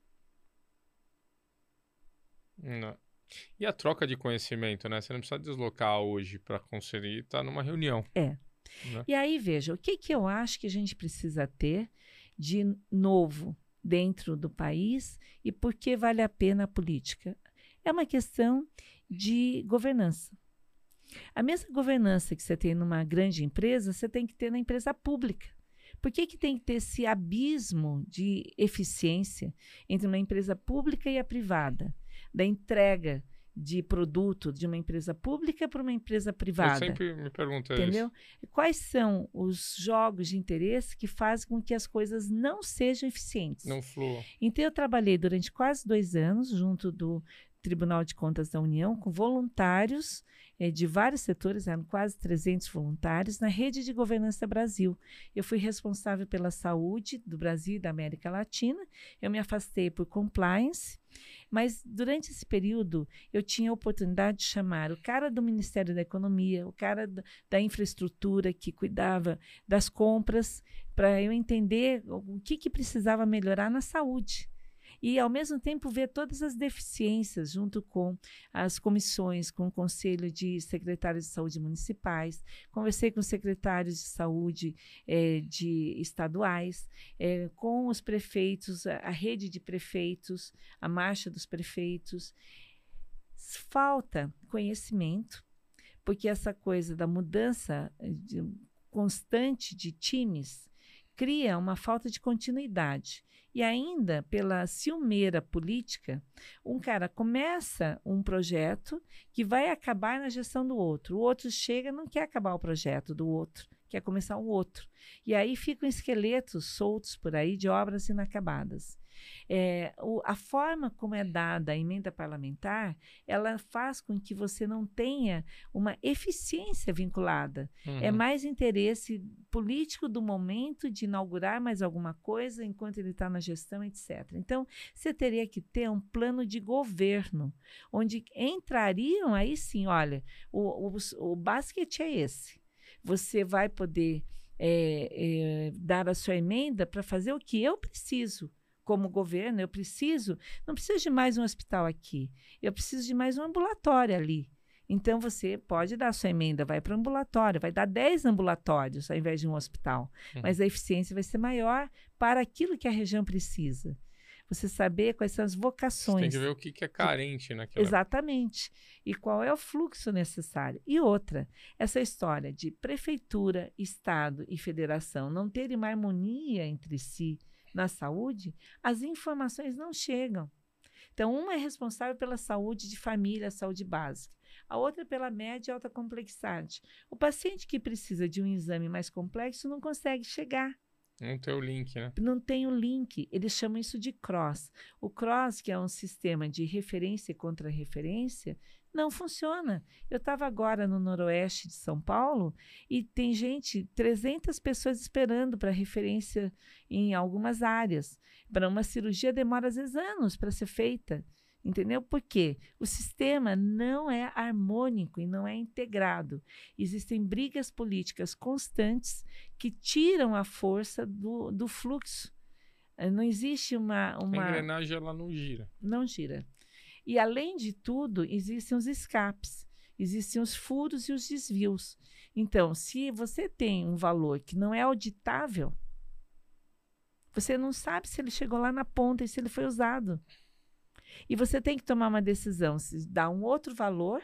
Não. E a troca de conhecimento, né? Você não precisa deslocar hoje para conseguir estar numa reunião. É. Né? E aí, veja, o que, que eu acho que a gente precisa ter de novo dentro do país e por que vale a pena a política? É uma questão de governança. A mesma governança que você tem numa grande empresa, você tem que ter na empresa pública. Por que, que tem que ter esse abismo de eficiência entre uma empresa pública e a privada? Da entrega de produto de uma empresa pública para uma empresa privada. Eu sempre me pergunto Entendeu? isso. Quais são os jogos de interesse que fazem com que as coisas não sejam eficientes? Não flua. Então, eu trabalhei durante quase dois anos junto do Tribunal de Contas da União com voluntários eh, de vários setores, eram quase trezentos voluntários, na Rede de Governança Brasil. Eu fui responsável pela saúde do Brasil e da América Latina. Eu me afastei por compliance, mas durante esse período eu tinha a oportunidade de chamar o cara do Ministério da Economia, o cara da, da infraestrutura que cuidava das compras, para eu entender o que, que precisava melhorar na saúde. E, ao mesmo tempo, ver todas as deficiências junto com as comissões, com o Conselho de Secretários de Saúde Municipais. Conversei com os secretários de saúde eh, de estaduais, eh, com os prefeitos, a, a rede de prefeitos, a marcha dos prefeitos. Falta conhecimento, porque essa coisa da mudança de, constante de times cria uma falta de continuidade. E ainda, pela ciumeira política, um cara começa um projeto que vai acabar na gestão do outro. O outro chega e não quer acabar o projeto do outro, quer começar o outro. E aí ficam esqueletos soltos por aí de obras inacabadas. É, o, a forma como é dada a emenda parlamentar, ela faz com que você não tenha uma eficiência vinculada. Uhum. É mais interesse político do momento de inaugurar mais alguma coisa enquanto ele está na gestão, etcétera. Então, você teria que ter um plano de governo, onde entrariam aí sim, olha, o, o, o basquete é esse. Você vai poder é, é, dar a sua emenda para fazer o que eu preciso. Como governo, eu preciso, não preciso de mais um hospital aqui, eu preciso de mais um ambulatório ali. Então, você pode dar a sua emenda, vai para o ambulatório, vai dar dez ambulatórios ao invés de um hospital, uhum. Mas a eficiência vai ser maior para aquilo que a região precisa. Você saber quais são as vocações. Você tem que ver o que, que é carente naquela... Exatamente. E qual é o fluxo necessário. E outra, essa história de prefeitura, estado e federação não terem uma harmonia entre si, na saúde, as informações não chegam. Então, uma é responsável pela saúde de família, saúde básica. A outra pela média e alta complexidade. O paciente que precisa de um exame mais complexo não consegue chegar. Não tem o link, né? Não tem o link. Eles chamam isso de cross. O cross, que é um sistema de referência e contra-referência, não funciona. Eu estava agora no noroeste de São Paulo e tem gente, trezentas pessoas esperando para referência em algumas áreas. Para uma cirurgia demora às vezes anos para ser feita. Entendeu? Por quê? O sistema não é harmônico e não é integrado. Existem brigas políticas constantes que tiram a força do, do fluxo. Não existe uma, uma... A engrenagem ela não gira. Não gira. E, além de tudo, existem os escapes, existem os furos e os desvios. Então, se você tem um valor que não é auditável, você não sabe se ele chegou lá na ponta e se ele foi usado. E você tem que tomar uma decisão, se dá um outro valor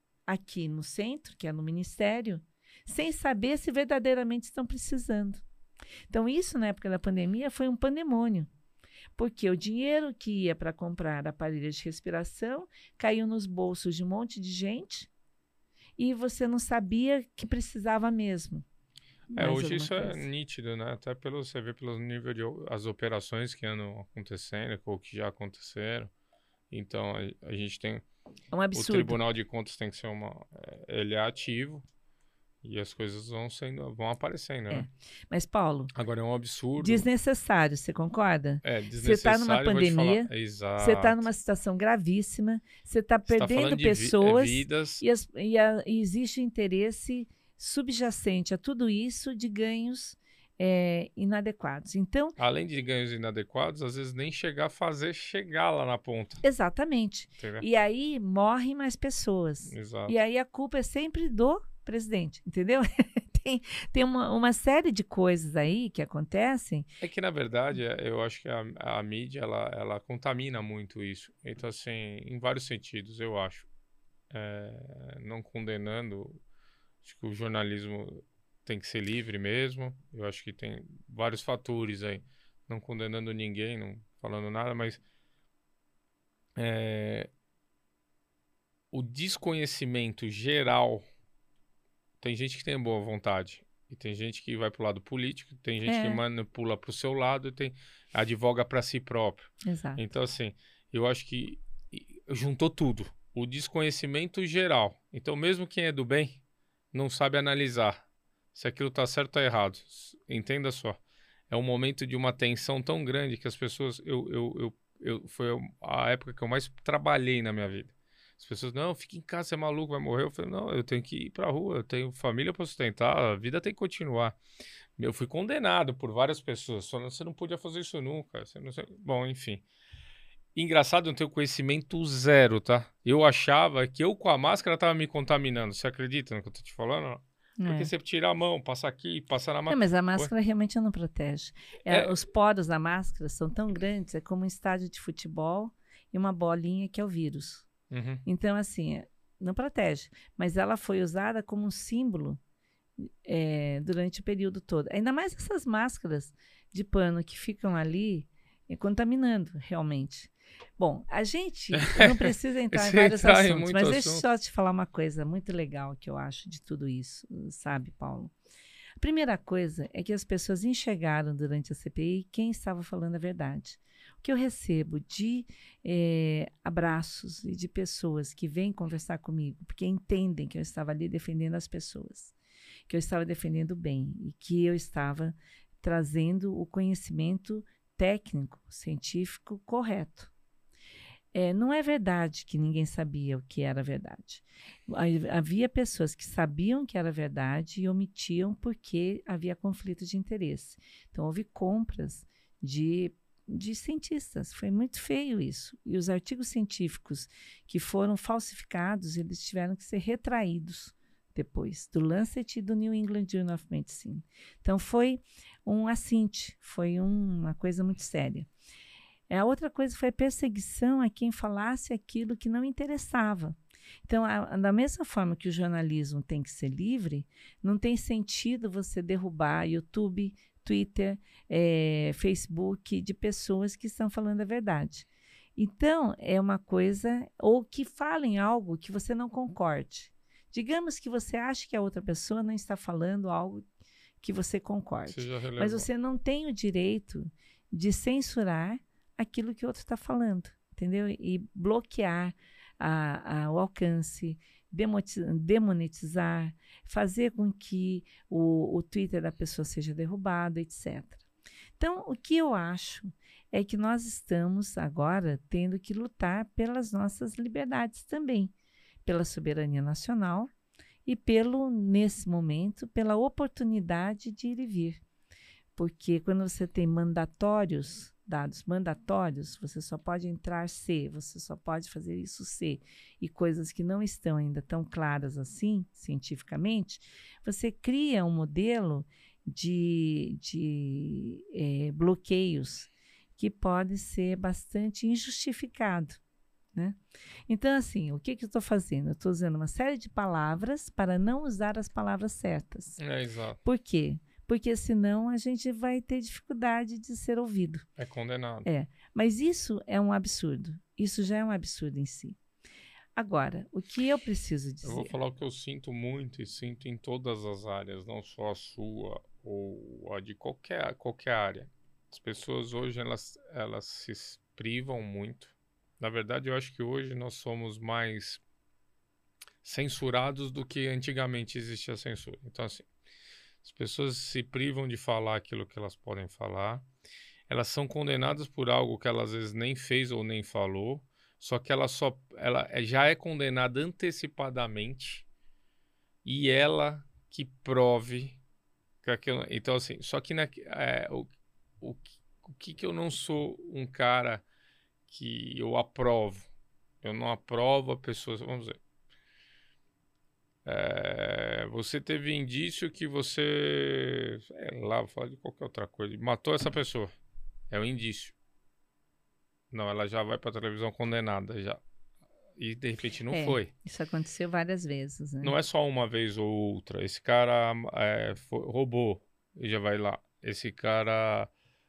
aqui no centro, que é no Ministério, sem saber se verdadeiramente estão precisando. Então, isso na época da pandemia foi um pandemônio. Porque o dinheiro que ia para comprar aparelhos de respiração caiu nos bolsos de um monte de gente e você não sabia que precisava mesmo. É, Mais hoje isso alguma é coisa? nítido, né? Até pelo, você vê pelo nível de o- as operações que andam acontecendo, ou que já aconteceram. Então, a, a gente tem... É um O absurdo. Tribunal de Contas tem que ser uma... é, Ele é ativo e as coisas vão sendo, vão aparecendo, É. né? Mas, Paulo, Agora é um absurdo. desnecessário, você concorda? É Você está numa desnecessário, eu vou te falar. pandemia, Exato. você está numa situação gravíssima, você está Você tá perdendo falando de vi- é, pessoas vidas. e, as- e a- e existe interesse subjacente a tudo isso de ganhos é, inadequados. Então, Além de ganhos inadequados, às vezes nem chegar a fazer chegar lá na ponta. exatamente. Entendeu? E aí morrem mais pessoas. Exato. E aí a culpa é sempre do presidente, entendeu? tem tem uma, uma série de coisas aí que acontecem. É que, na verdade, é- eu acho que a, a mídia, ela, ela contamina muito isso. Então, assim, em vários sentidos, eu acho. É, não condenando, acho que o jornalismo tem que ser livre mesmo. Eu acho que tem vários fatores aí. Não condenando ninguém, não falando nada, mas é, o desconhecimento geral, tem gente que tem boa vontade e tem gente que vai pro lado político, tem gente É. que manipula pro seu lado e tem advoga para si próprio. Exato. Então, assim, eu acho que e- juntou tudo. O desconhecimento geral. Então, mesmo quem é do bem não sabe analisar se aquilo tá certo ou tá errado. S- Entenda só. É um momento de uma tensão tão grande que as pessoas... Eu, eu, eu, eu, foi a época que eu mais trabalhei na minha vida. As pessoas, não, fica em casa, você é maluco, vai morrer. Eu falei, não, eu tenho que ir pra rua, eu tenho família para sustentar, a vida tem que continuar. Eu fui condenado por várias pessoas, falando, você não podia fazer isso nunca. Você não sei... Bom, enfim. Engraçado, eu não tenho conhecimento zero, tá? Eu achava que eu com a máscara tava me contaminando. Você acredita no que eu tô te falando? Porque É. você tira a mão, passa aqui, passa na Não, máscara. mas a máscara realmente não protege. É, É. Os poros da máscara são tão grandes, é como um estádio de futebol e uma bolinha que é o vírus. Uhum. Então, assim, é, não protege. Mas ela foi usada como um símbolo é, durante o período todo. Ainda mais essas máscaras de pano que ficam ali é, contaminando, realmente. Bom, a gente não precisa entrar em Se vários entrar em assuntos, muito mas deixa eu assunto. só te falar uma coisa muito legal que eu acho de tudo isso, sabe, Paulo? A primeira coisa é que as pessoas enxergaram durante a C P I quem estava falando a verdade. O que eu recebo de eh, abraços e de pessoas que vêm conversar comigo, porque entendem que eu estava ali defendendo as pessoas, que eu estava defendendo o bem e que eu estava trazendo o conhecimento técnico, científico correto. É, não é verdade que ninguém sabia o que era verdade. Ha- Havia pessoas que sabiam que era verdade e omitiam porque havia conflito de interesse. Então, houve compras de, de cientistas. Foi muito feio isso. E os artigos científicos que foram falsificados, eles tiveram que ser retraídos depois, do Lancet e do New England Journal of Medicine. Então, foi um assinte, foi um- uma coisa muito séria. A outra coisa foi a perseguição a quem falasse aquilo que não interessava. Então, a, da mesma forma que o jornalismo tem que ser livre, não tem sentido você derrubar YouTube, Twitter, eh, Facebook de pessoas que estão falando a verdade. Então, é uma coisa, ou que falem algo que você não concorde. Digamos que você acha que a outra pessoa não está falando algo que você concorde. Você já relevou. Mas você não tem o direito de censurar aquilo que o outro está falando, entendeu? E bloquear a, a, o alcance, demoti- demonetizar, fazer com que o, o Twitter da pessoa seja derrubado, etcétera. Então, o que eu acho é que nós estamos agora tendo que lutar pelas nossas liberdades também, pela soberania nacional e pelo, nesse momento, pela oportunidade de ir e vir. Porque quando você tem mandatórios, dados mandatórios, você só pode entrar C, você só pode fazer isso C, e coisas que não estão ainda tão claras assim, cientificamente, você cria um modelo de, de eh, bloqueios que pode ser bastante injustificado, né? Então, assim, o que, que eu estou fazendo? Eu estou usando uma série de palavras para não usar as palavras certas. É, exato. Por quê? porque senão a gente vai ter dificuldade de ser ouvido. É condenado. É, mas isso é um absurdo. Isso já é um absurdo em si. Agora, o que eu preciso dizer? Eu vou falar o que eu sinto muito e sinto em todas as áreas, não só a sua ou a de qualquer, qualquer área. As pessoas hoje, elas, elas se privam muito. Na verdade, eu acho que hoje nós somos mais censurados do que antigamente existia censura. Então, assim, as pessoas se privam de falar aquilo que elas podem falar. Elas são condenadas por algo que ela às vezes nem fez ou nem falou. Só que ela só ela já é condenada antecipadamente e ela que prove que aquilo. Então, assim, só que na, é, o, o, o que que eu não sou um cara que eu aprovo? Eu não aprovo a pessoas. Vamos dizer. É, você teve indício que você. Sei lá, vou falar de qualquer outra coisa. Matou essa pessoa. É um indício. Não, ela já vai para televisão condenada já. E de repente não É, foi. Isso aconteceu várias vezes, né? Não é só uma vez ou outra. Esse cara é, foi- roubou e já vai lá. Esse cara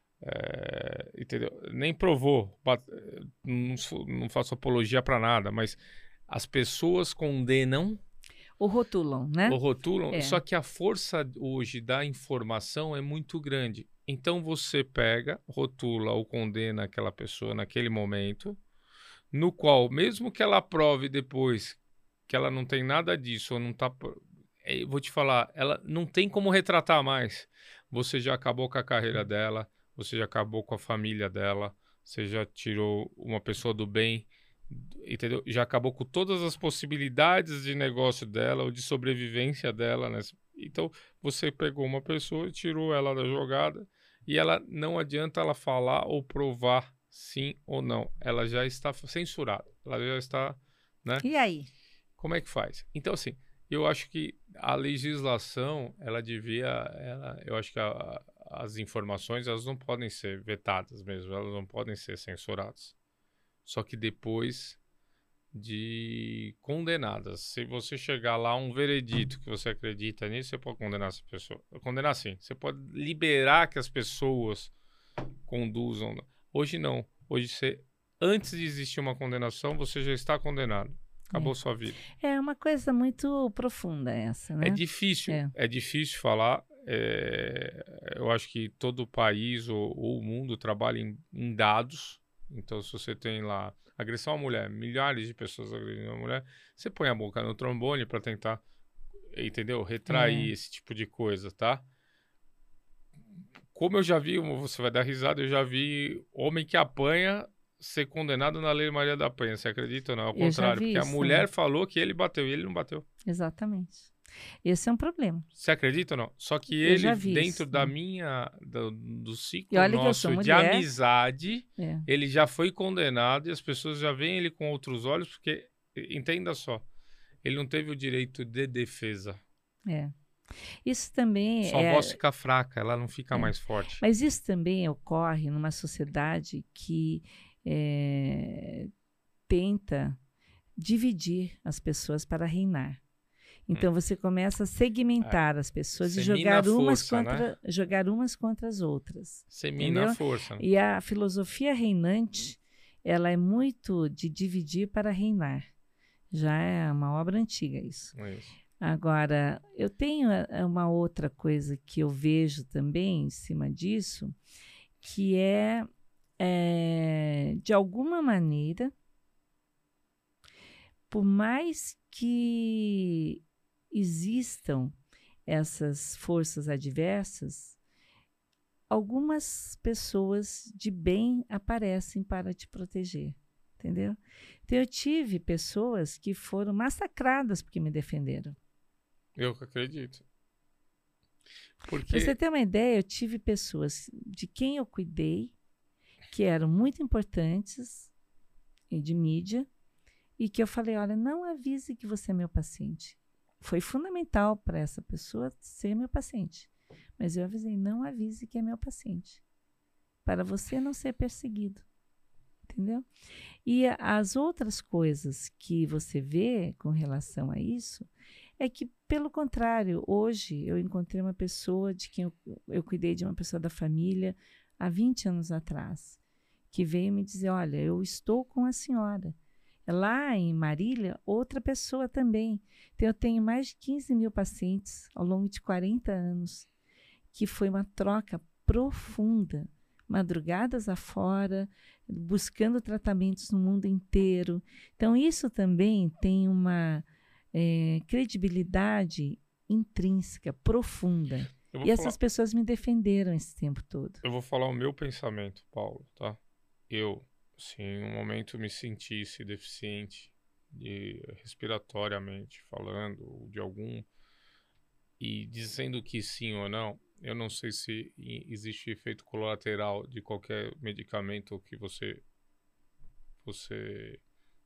é, entendeu? Nem provou. Bat- Não, sou- não faço apologia para nada, mas as pessoas condenam Ou rotulam, né? ou rotulam, É. só que a força hoje da informação é muito grande. Então você pega, rotula ou condena aquela pessoa naquele momento, no qual, mesmo que ela prove depois que ela não tem nada disso, ou não tá. pro- eh, vou te falar, ela não tem como retratar mais. Você já acabou com a carreira dela, você já acabou com a família dela, você já tirou uma pessoa do bem, entendeu? Já acabou com todas as possibilidades de negócio dela ou de sobrevivência dela, né? Então, você pegou uma pessoa e tirou ela da jogada e ela não adianta ela falar ou provar sim ou não. Ela já está censurada. Ela já está, né? E aí? Como é que faz? Então, assim, eu acho que a legislação, ela devia, ela, eu acho que a- as informações, elas não podem ser vetadas mesmo, elas não podem ser censuradas. Só que depois de condenadas. Se você chegar lá um veredito que você acredita nisso, você pode condenar essa pessoa. Condenar sim. Você pode liberar que as pessoas conduzam. Hoje não. Hoje você, antes de existir uma condenação, você já está condenado. Acabou sua vida. É uma coisa muito profunda essa, né? É difícil, É. é difícil falar. é, eu acho que todo o país ou, ou o mundo trabalha em, em dados. Então, se você tem lá agressão à mulher, milhares de pessoas agredindo a mulher, você põe a boca no trombone para tentar, entendeu? Retrair É. esse tipo de coisa, tá? Como eu já vi, você vai dar risada, eu já vi homem que apanha ser condenado na Lei Maria da Penha. Você acredita ou não? Ao Eu já contrário, vi porque a isso mulher também. falou que ele bateu e ele não bateu. Exatamente. Esse é um problema. Você acredita ou não? Só que Eu ele, já vi dentro isso, da né? minha, do, do ciclo E olha que eu nosso sou de mulher. amizade, É. ele já foi condenado e as pessoas já veem ele com outros olhos, porque, entenda só, ele não teve o direito de defesa. É. Isso também Sua é. voz fica fraca, ela não fica É. mais forte. Mas isso também ocorre numa sociedade que é, tenta dividir as pessoas para reinar. Então você começa a segmentar as pessoas e Semina jogar a umas, força, contra, jogar umas contra as outras. Semina entendeu? a força. né? E a filosofia reinante, ela é muito de dividir para reinar. Já é uma obra antiga isso. É isso. Agora, eu tenho eh, uma outra coisa que eu vejo também em cima disso, que é, eh, de alguma maneira, por mais que existam essas forças adversas, algumas pessoas de bem aparecem para te proteger, entendeu? Então, eu tive pessoas que foram massacradas porque me defenderam. Eu que acredito. Para Porque você ter uma ideia, eu tive pessoas de quem eu cuidei, que eram muito importantes e de mídia, e que eu falei, olha, não avise que você é meu paciente. Foi fundamental para essa pessoa ser meu paciente. Mas eu avisei, não avise que é meu paciente. Para você não ser perseguido. entendeu? E a- as outras coisas que você vê com relação a isso é que, pelo contrário, hoje eu encontrei uma pessoa de quem eu, eu cuidei de uma pessoa da família há vinte anos atrás, que veio me dizer, olha, eu estou com a senhora. Lá em Marília, outra pessoa também. Então, eu tenho mais de quinze mil pacientes ao longo de quarenta anos, que foi uma troca profunda, madrugadas afora, buscando tratamentos no mundo inteiro. Então, isso também tem uma eh, credibilidade intrínseca, profunda. Eu E vou essas falar, pessoas me defenderam esse tempo todo. eu vou falar o meu pensamento, Paulo, tá? Eu, se em um momento me sentisse deficiente de, respiratoriamente falando, ou de algum, e dizendo que sim ou não, eu não sei se i- existe efeito colateral de qualquer medicamento que você, você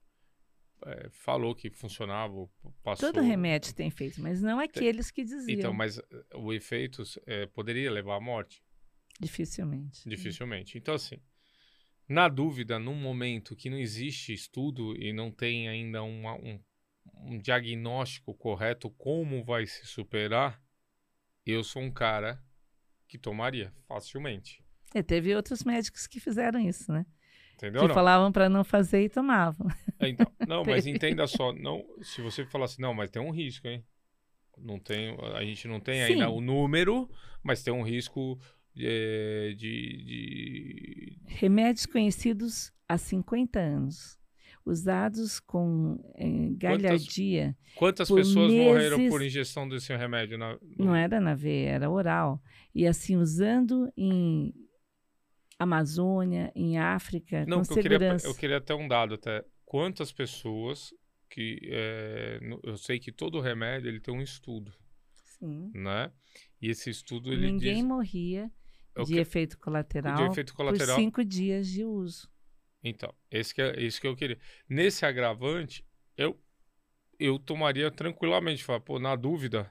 eh, falou que funcionava, ou p- Todo passou. remédio tem efeito, mas não aqueles que Então, diziam. mas eh, o efeito eh, poderia levar à morte? Dificilmente. Dificilmente. Então, assim, na dúvida, num momento que não existe estudo e não tem ainda uma- um, um diagnóstico correto como vai se superar, eu sou um cara que tomaria facilmente. E teve outros médicos que fizeram isso, né? Entendeu? Que Não? falavam para não fazer e tomavam. É, Então, não, mas Teve. entenda só, não, se você falar assim, não, mas tem um risco, hein? Não tem, a gente não tem ainda o Sim, número, mas tem um risco eh, de, de, remédios conhecidos há cinquenta anos, usados com eh, quantas, galhardia quantas por pessoas morreram por meses. ingestão desse remédio na- Não no- era na veia, era oral. E assim, usando em Amazônia, em África, Não, com porque eu queria, eu segurança. queria ter um dado até. Quantas pessoas que eh, no- eu sei que todo remédio ele tem um estudo, Sim. né? E esse estudo ele Ninguém diz morria é o de que- efeito de colateral efeito por colateral. cinco dias de uso. Então, esse que é isso que eu queria. Nesse agravante, eu eu tomaria tranquilamente, falar, pô, na dúvida,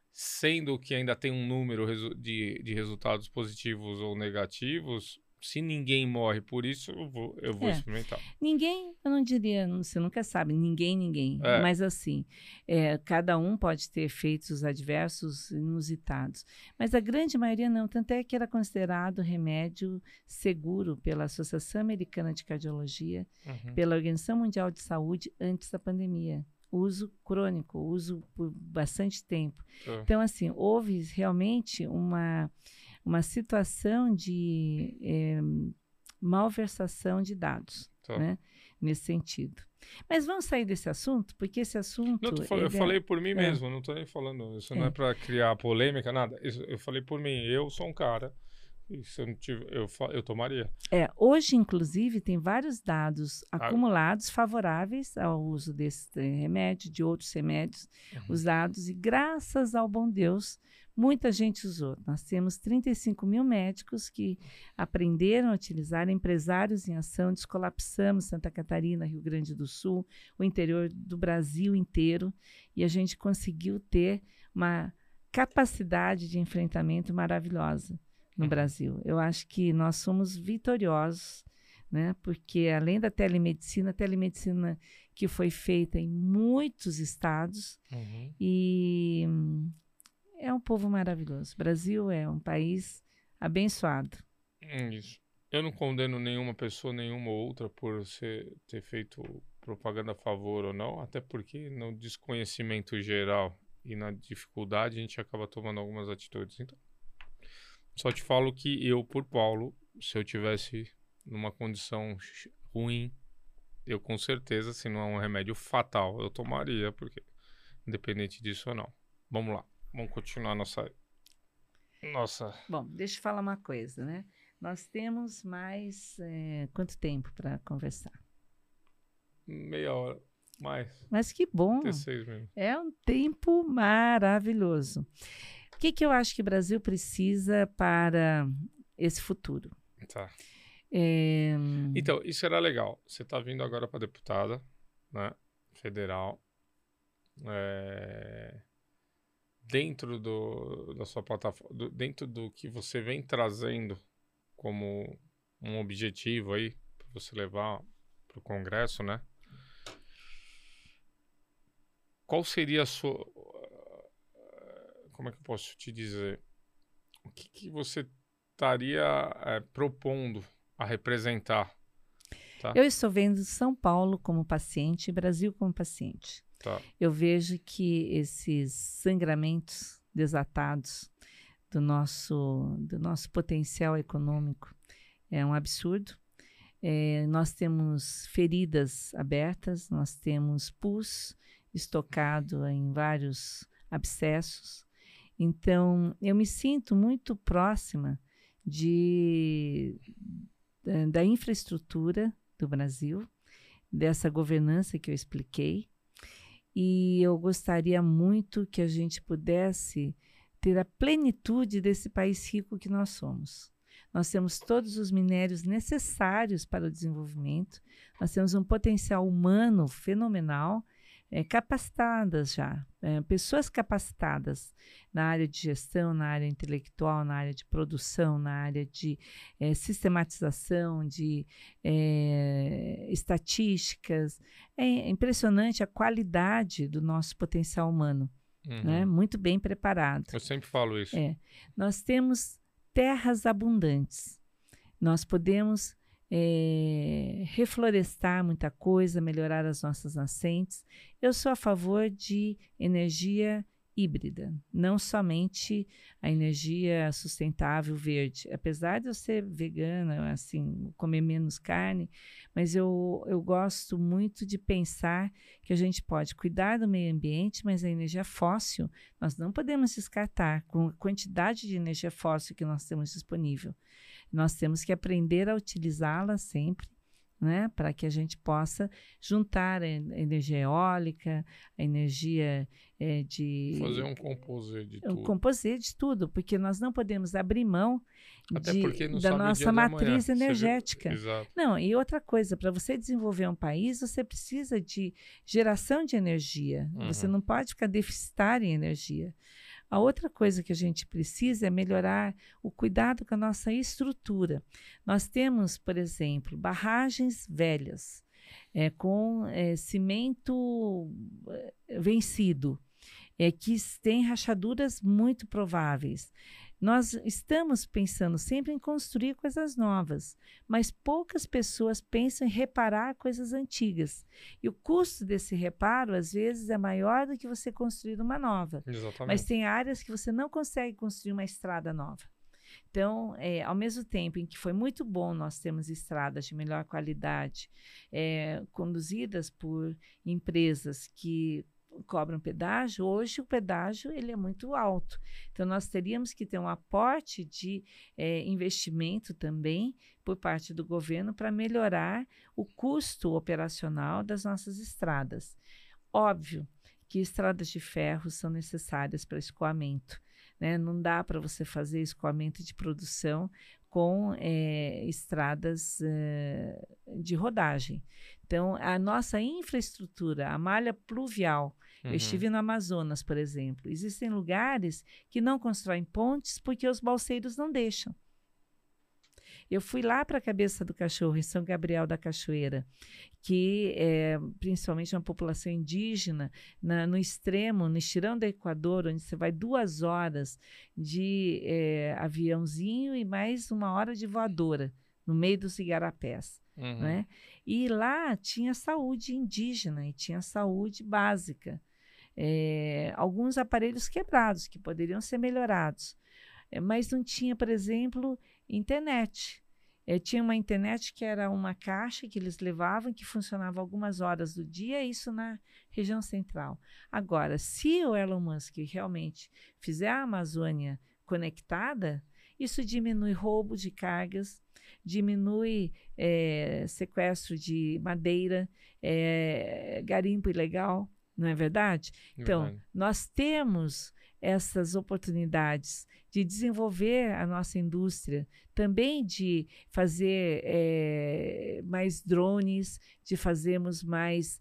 sendo que ainda tem um número resu- de, de resultados positivos ou negativos, se ninguém morre por isso, eu vou, eu vou É. experimentar. Ninguém, eu não diria, você nunca sabe, ninguém, ninguém. É. Mas assim, é, cada um pode ter efeitos adversos inusitados. Mas a grande maioria não. Tanto é que era considerado remédio seguro pela Associação Americana de Cardiologia, Uhum. pela Organização Mundial de Saúde antes da pandemia. Uso crônico, uso por bastante tempo. Tá. Então, assim, houve realmente uma, uma situação de eh, malversação de dados, Tá. né? Nesse sentido. Mas vamos sair desse assunto, porque esse assunto... Não, tô fal- eu ele é- falei por mim é. mesmo, não tô nem falando. Isso não é É. para criar polêmica, nada. Isso- eu falei por mim. Eu sou um cara. E se eu não tiver, eu, fa- eu tomaria. É, hoje, inclusive, tem vários dados Ah. acumulados favoráveis ao uso desse eh, remédio, de outros remédios Uhum. usados, e graças ao bom Deus, muita gente usou. Nós temos trinta e cinco mil médicos que aprenderam a utilizar, empresários em ação, descolapsamos Santa Catarina, Rio Grande do Sul, o interior do Brasil inteiro, e a gente conseguiu ter uma capacidade de enfrentamento maravilhosa no Uhum. Brasil. Eu acho que nós somos vitoriosos, né? Porque além da telemedicina, a telemedicina que foi feita em muitos estados, Uhum. e hum, é um povo maravilhoso. O Brasil é um país abençoado. Hum, Isso. Eu não condeno nenhuma pessoa, nenhuma outra, por ser, ter feito propaganda a favor ou não, até porque no desconhecimento geral e na dificuldade a gente acaba tomando algumas atitudes. Então, só te falo que eu, por Paulo, se eu tivesse numa condição ch- ruim, eu com certeza, se não é um remédio fatal, eu tomaria, porque independente disso ou não. Vamos lá, vamos continuar nossa nossa Bom, deixa eu falar uma coisa, né? Nós temos mais eh, quanto tempo para conversar? meia hora mais, Mas que bom! até seis minutos. É um tempo maravilhoso. O que, que eu acho que o Brasil precisa para esse futuro? Tá. É, Então, isso era legal. Você está vindo agora para deputada, né, federal. É, dentro do, da sua plataforma, do- dentro do que você vem trazendo como um objetivo aí para o você levar para o Congresso, né? Qual seria a sua... Como é que eu posso te dizer? O que, que você estaria é, propondo a representar? Tá? Eu estou vendo São Paulo como paciente e Brasil como paciente. Tá. Eu vejo que esses sangramentos desatados do nosso, do nosso potencial econômico é um absurdo. É, nós temos feridas abertas, nós temos pus estocado em vários abscessos. Então, eu me sinto muito próxima de, da, da infraestrutura do Brasil, dessa governança que eu expliquei, e eu gostaria muito que a gente pudesse ter a plenitude desse país rico que nós somos. Nós temos todos os minérios necessários para o desenvolvimento, nós temos um potencial humano fenomenal, é, capacitadas já, é, pessoas capacitadas na área de gestão, na área intelectual, na área de produção, na área de é, sistematização, de é, estatísticas. É impressionante a qualidade do nosso potencial humano, Uhum. né? Muito bem preparado. Eu sempre falo isso. É. Nós temos terras abundantes, nós podemos é, reflorestar muita coisa, melhorar as nossas nascentes. Eu sou a favor de energia híbrida, não somente a energia sustentável verde. Apesar de eu ser vegana, assim, comer menos carne, mas eu, eu gosto muito de pensar que a gente pode cuidar do meio ambiente, mas a energia fóssil nós não podemos descartar com a quantidade de energia fóssil que nós temos disponível. Nós temos que aprender a utilizá-la sempre, né, para que a gente possa juntar a energia eólica, a energia é, de... Fazer um composê de tudo. Um composê de tudo, porque nós não podemos abrir mão Até de, porque não da sabe o nossa dia da matriz manhã. energética. Você vê- Exato. Não, e outra coisa, para você desenvolver um país, você precisa de geração de energia. Uhum. Você não pode ficar deficitário em energia. A outra coisa que a gente precisa é melhorar o cuidado com a nossa estrutura. Nós temos, por exemplo, barragens velhas, é, com é, cimento é, vencido, é, que têm rachaduras muito prováveis. Nós estamos pensando sempre em construir coisas novas, mas poucas pessoas pensam em reparar coisas antigas. E o custo desse reparo, às vezes, é maior do que você construir uma nova. Exatamente. Mas tem áreas que você não consegue construir uma estrada nova. Então, é, ao mesmo tempo em que foi muito bom nós termos estradas de melhor qualidade, é, conduzidas por empresas que cobram pedágio, hoje o pedágio ele é muito alto. Então, nós teríamos que ter um aporte de é, investimento também por parte do governo para melhorar o custo operacional das nossas estradas. Óbvio que estradas de ferro são necessárias para escoamento, né? Não dá para você fazer escoamento de produção com é, estradas é, de rodagem. Então, a nossa infraestrutura, a malha pluvial, Uhum. eu estive no Amazonas, por exemplo, existem lugares que não constroem pontes porque os balseiros não deixam. Eu fui lá para a Cabeça do Cachorro, em São Gabriel da Cachoeira, que é principalmente uma população indígena, na, no extremo, no estirão do Equador, onde você vai duas horas de é, aviãozinho e mais uma hora de voadora, no meio dos igarapés. Uhum. Né? E lá tinha saúde indígena e tinha saúde básica. É, alguns aparelhos quebrados que poderiam ser melhorados, é, mas não tinha, por exemplo, internet. É, tinha uma internet que era uma caixa que eles levavam, que funcionava algumas horas do dia, isso na região central. Agora, se o Elon Musk realmente fizer a Amazônia conectada, isso diminui roubo de cargas, diminui é, sequestro de madeira, é, garimpo ilegal, não é verdade? Então, Verdade. nós temos essas oportunidades de desenvolver a nossa indústria, também de fazer é, mais drones, de fazermos mais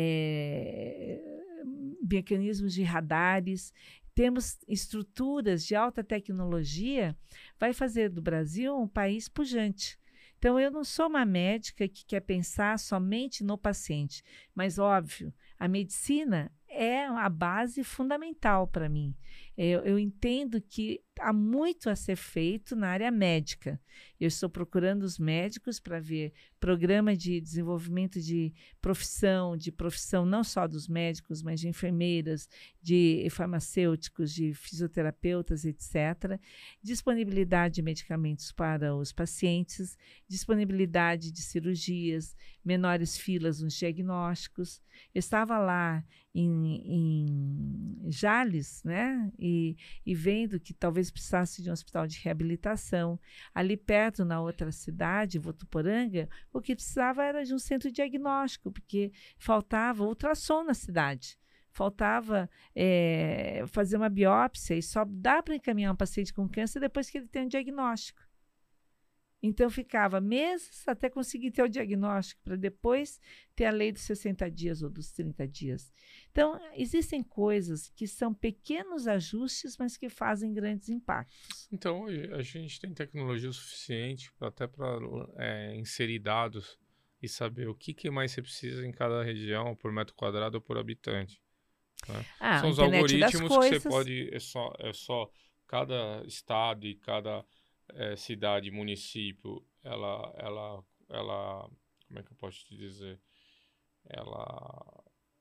é, mecanismos de radares. Temos estruturas de alta tecnologia, vai fazer do Brasil um país pujante. Então, Então, eu não sou uma médica que quer pensar somente no paciente, mas, óbvio, a medicina é a base fundamental para mim. Eu, eu entendo que há muito a ser feito na área médica. Eu estou procurando os médicos para ver programa de desenvolvimento de profissão, de profissão não só dos médicos, mas de enfermeiras, de farmacêuticos, de fisioterapeutas, etcétera. Disponibilidade de medicamentos para os pacientes, disponibilidade de cirurgias, menores filas nos diagnósticos. Eu estava lá em, em Jales, né? E, e vendo que talvez precisasse de um hospital de reabilitação. Ali perto, na outra cidade, Votuporanga, o que precisava era de um centro diagnóstico, porque faltava ultrassom na cidade. Faltava é, fazer uma biópsia e só dá para encaminhar um paciente com câncer depois que ele tem um diagnóstico. Então, ficava meses até conseguir ter o diagnóstico, para depois ter a lei dos sessenta dias ou dos trinta dias. Então, existem coisas que são pequenos ajustes, mas que fazem grandes impactos. Então, hoje a gente tem tecnologia o suficiente pra, até para é, inserir dados e saber o que, que mais você precisa em cada região, por metro quadrado ou por habitante. Né? Ah, São os algoritmos que você pode... É só, é só cada estado e cada... É, cidade, município, ela, ela, ela, como é que eu posso te dizer? Ela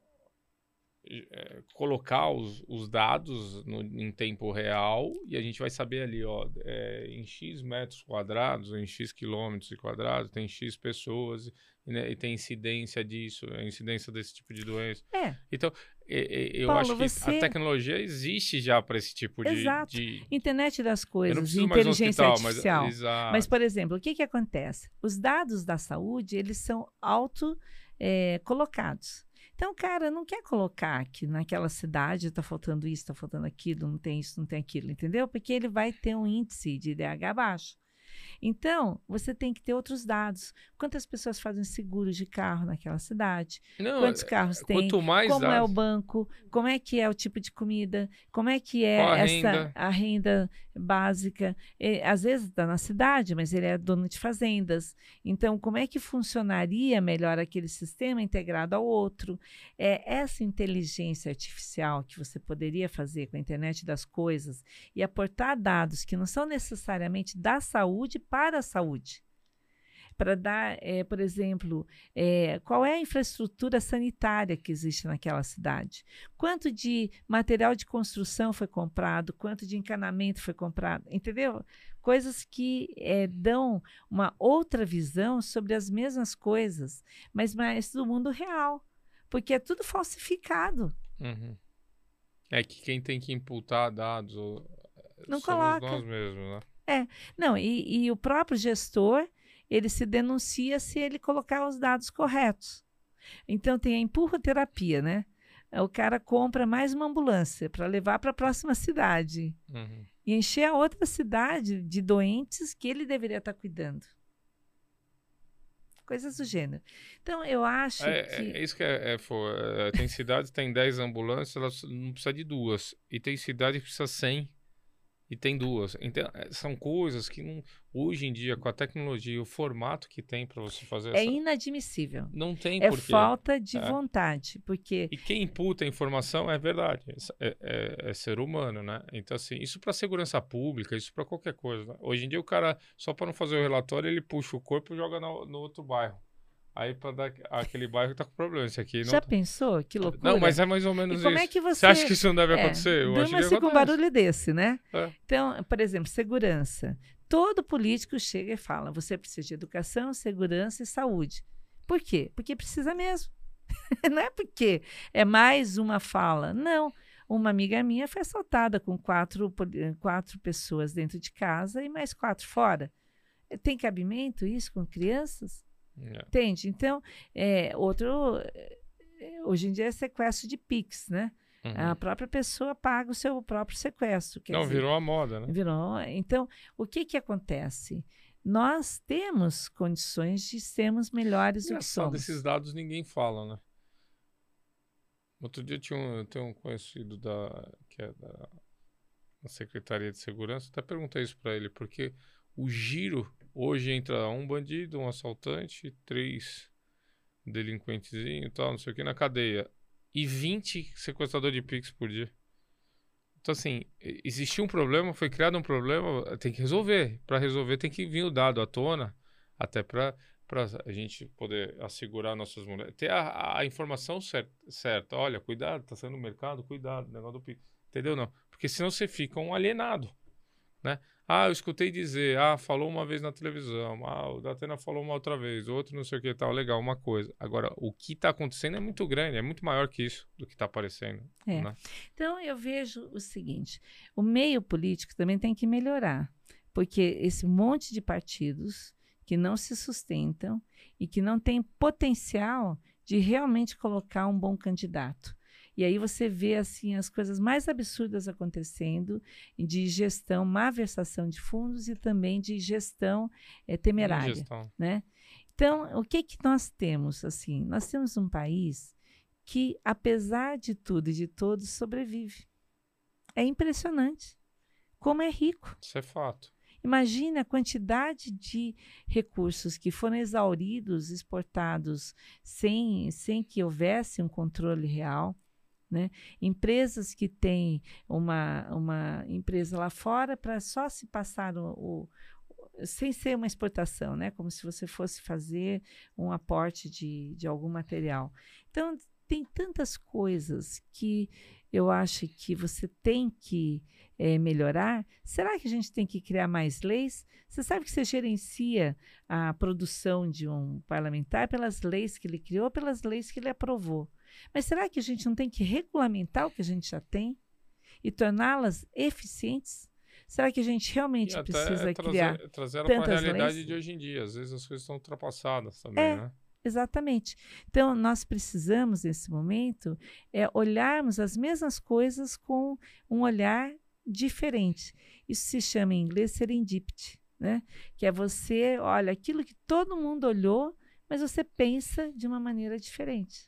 é, colocar os, os dados no, em tempo real e a gente vai saber ali, ó, é, em X metros quadrados, ou em X quilômetros quadrados, tem X pessoas e, né, e tem incidência disso, a incidência desse tipo de doença. É. Então, é, é, eu Paulo, acho que você... a tecnologia existe já para esse tipo de, Exato. de... Internet das coisas, Eu mais um inteligência hospital, artificial. Mas, exato. Mas, por exemplo, o que, que acontece? Os dados da saúde, eles são auto é, colocados. Então, o cara não quer colocar que naquela cidade está faltando isso, está faltando aquilo, não tem isso, não tem aquilo, entendeu? Porque ele vai ter um índice de I D H baixo. Então, você tem que ter outros dados. Quantas pessoas fazem seguros de carro naquela cidade? Não, Quantos carros tem? Quanto mais como dados, é o banco? Como é que é o tipo de comida? Como é que é a essa renda? a renda básica? E, às vezes está na cidade, mas ele é dono de fazendas. Então, como é que funcionaria melhor aquele sistema integrado ao outro? É essa inteligência artificial que você poderia fazer com a internet das coisas e aportar dados que não são necessariamente da saúde para a saúde. Para dar, é, por exemplo, é, qual é a infraestrutura sanitária que existe naquela cidade? Quanto de material de construção foi comprado? Quanto de encanamento foi comprado? Entendeu? Coisas que é, dão uma outra visão sobre as mesmas coisas, mas mais do mundo real, porque é tudo falsificado. Uhum. É que quem tem que imputar dados não somos coloca. nós mesmos, né? É, não, e, e o próprio gestor, ele se denuncia se ele colocar os dados corretos. Então, tem a empurroterapia, né? O cara compra mais uma ambulância para levar para a próxima cidade Uhum. e encher a outra cidade de doentes que ele deveria estar cuidando. Coisas do gênero. Então, eu acho É, que... é isso que é, é, for, é, tem cidades que tem dez ambulâncias, elas não precisam de duas. E tem cidade que precisa cem e tem duas. Então, são coisas que não, hoje em dia, com a tecnologia e o formato que tem para você fazer É essa... inadmissível. Não tem É porquê. falta de É. vontade, porque... E quem imputa a informação é verdade, é, é, é ser humano, né? Então, assim, isso para segurança pública, isso para qualquer coisa. Né? Hoje em dia, o cara, só para não fazer o relatório, ele puxa o corpo e joga no, no outro bairro. Aí, para dar aquele bairro que tá com problema. Esse aqui não Já tá... pensou? Que loucura. Não, mas é mais ou menos e como isso. É que você... você acha que isso não deve é, acontecer? Eu acho que durma-se com um acontece. barulho desse, né? É. Então, por exemplo, segurança. Todo político chega e fala, você precisa de educação, segurança e saúde. Por quê? Porque precisa mesmo. Não é porque é mais uma fala. Não. Uma amiga minha foi assaltada com quatro, quatro pessoas dentro de casa e mais quatro fora. Tem cabimento isso com crianças? É. Entende? Então, é, outro... Hoje em dia é sequestro de Pix, né? Uhum. A própria pessoa paga o seu próprio sequestro. Quer Não, dizer, virou a moda, né? Virou. Então, o que que acontece? Nós temos condições de sermos melhores do que Engraçado, somos. desses dados ninguém fala, né? Outro dia tinha um, eu tenho um conhecido da, que é da, da Secretaria de Segurança, até perguntei isso para ele, porque o giro Hoje entra um bandido, um assaltante, três delinquentezinhos e tal, não sei o que, na cadeia. E vinte sequestradores de Pix por dia. Então, assim, e- existia um problema, foi criado um problema, tem que resolver. Para resolver, tem que vir o dado à tona, até para a gente poder assegurar nossas mulheres. Ter a, a informação cer certa. Olha, cuidado, tá saindo no mercado, cuidado, negócio do Pix. Entendeu? Não. Porque senão você fica um alienado, né? Ah, eu escutei dizer, ah, falou uma vez na televisão, ah, o Datena falou uma outra vez, outro não sei o que tal, legal, uma coisa. Agora, o que está acontecendo é muito grande, é muito maior que isso, do que está aparecendo, É. né? Então, eu vejo o seguinte: o meio político também tem que melhorar, porque esse monte de partidos que não se sustentam e que não têm potencial de realmente colocar um bom candidato. E aí você vê assim as coisas mais absurdas acontecendo de gestão, malversação de fundos e também de gestão eh, temerária, Gestão. né? Então, o que que nós temos assim? Nós temos um país que, apesar de tudo e de todos, sobrevive. É impressionante como é rico. Isso é fato. Imagine a quantidade de recursos que foram exauridos, exportados, sem, sem que houvesse um controle real. Né? Empresas que têm uma, uma empresa lá fora para só se passar o, o, sem ser uma exportação, né? Como se você fosse fazer um aporte de, de algum material. Então, tem tantas coisas que eu acho que você tem que é, melhorar. Será que a gente tem que criar mais leis? Você sabe que você gerencia a produção de um parlamentar pelas leis que ele criou, pelas leis que ele aprovou. Mas será que a gente não tem que regulamentar o que a gente já tem e torná-las eficientes? Será que a gente realmente E até precisa trazer, criar trazer ela para a tantas realidade leis? de hoje em dia. Às vezes as coisas estão ultrapassadas também, É. né? Exatamente. Então, nós precisamos, nesse momento, é, olharmos as mesmas coisas com um olhar diferente. Isso se chama em inglês serendipity, né? Que é você, olha, aquilo que todo mundo olhou, mas você pensa de uma maneira diferente.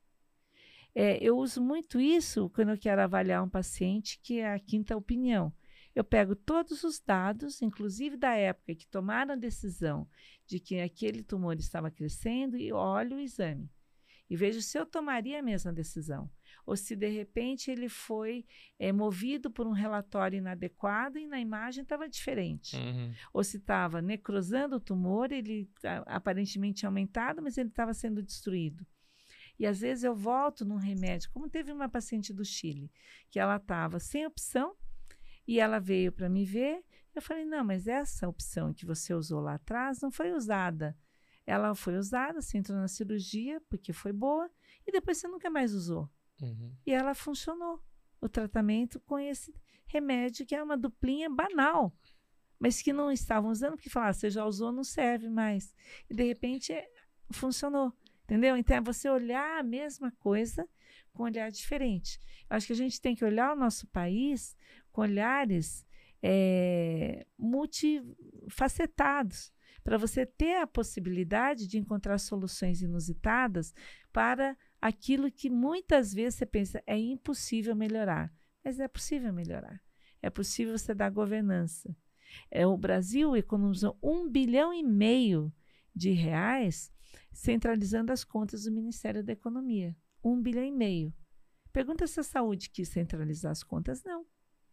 É, eu uso muito isso quando eu quero avaliar um paciente, que é a quinta opinião. Eu pego todos os dados, inclusive da época que tomaram a decisão de que aquele tumor estava crescendo, e olho o exame. E vejo se eu tomaria a mesma decisão. Ou se, de repente, ele foi é, movido por um relatório inadequado e na imagem estava diferente. Uhum. Ou se estava necrosando o tumor, ele a, aparentemente tinha aumentado, mas ele estava sendo destruído. E às vezes eu volto num remédio, como teve uma paciente do Chile, que ela estava sem opção, e ela veio para me ver. Eu falei, não, mas essa opção que você usou lá atrás não foi usada. Ela foi usada, você entrou na cirurgia porque foi boa, e depois você nunca mais usou. Uhum. E ela funcionou, o tratamento com esse remédio, que é uma duplinha banal, mas que não estavam usando, porque falaram, ah, você já usou, não serve mais. E de repente funcionou, entendeu? Então é você olhar a mesma coisa com um olhar diferente. Eu acho que a gente tem que olhar o nosso país com olhares é, multifacetados, para você ter a possibilidade de encontrar soluções inusitadas para aquilo que muitas vezes você pensa é impossível melhorar, mas é possível melhorar. É possível você dar governança. É, o Brasil economizou um bilhão e meio de reais centralizando as contas do Ministério da Economia. Um bilhão e meio. Pergunta se a saúde quis centralizar as contas. Não.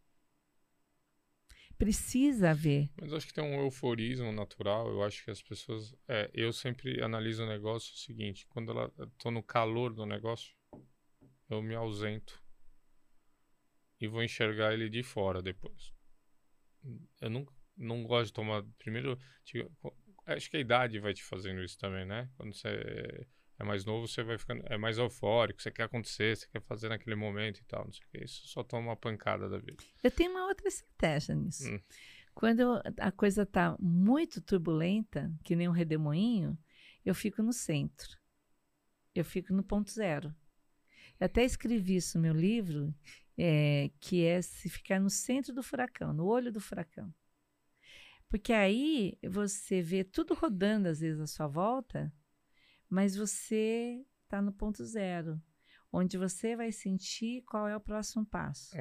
Precisa haver. Mas acho que tem um euforismo natural. Eu acho que as pessoas... É, eu sempre analiso o negócio o seguinte. Quando ela, eu tô no calor do negócio, eu me ausento. E vou enxergar ele de fora depois. Eu não, não gosto de tomar... Primeiro, tipo, acho que a idade vai te fazendo isso também, né? Quando você é mais novo, você vai ficando... É mais eufórico, você quer acontecer, você quer fazer naquele momento e tal, não sei o que. Isso só toma uma pancada da vida. Eu tenho uma outra estratégia nisso. Hum. Quando a coisa está muito turbulenta, que nem um redemoinho, eu fico no centro. Eu fico no ponto zero. Eu até escrevi isso no meu livro, é, que é se ficar no centro do furacão, no olho do furacão. Porque aí você vê tudo rodando, às vezes, à sua volta, mas você está no ponto zero, onde você vai sentir qual é o próximo passo.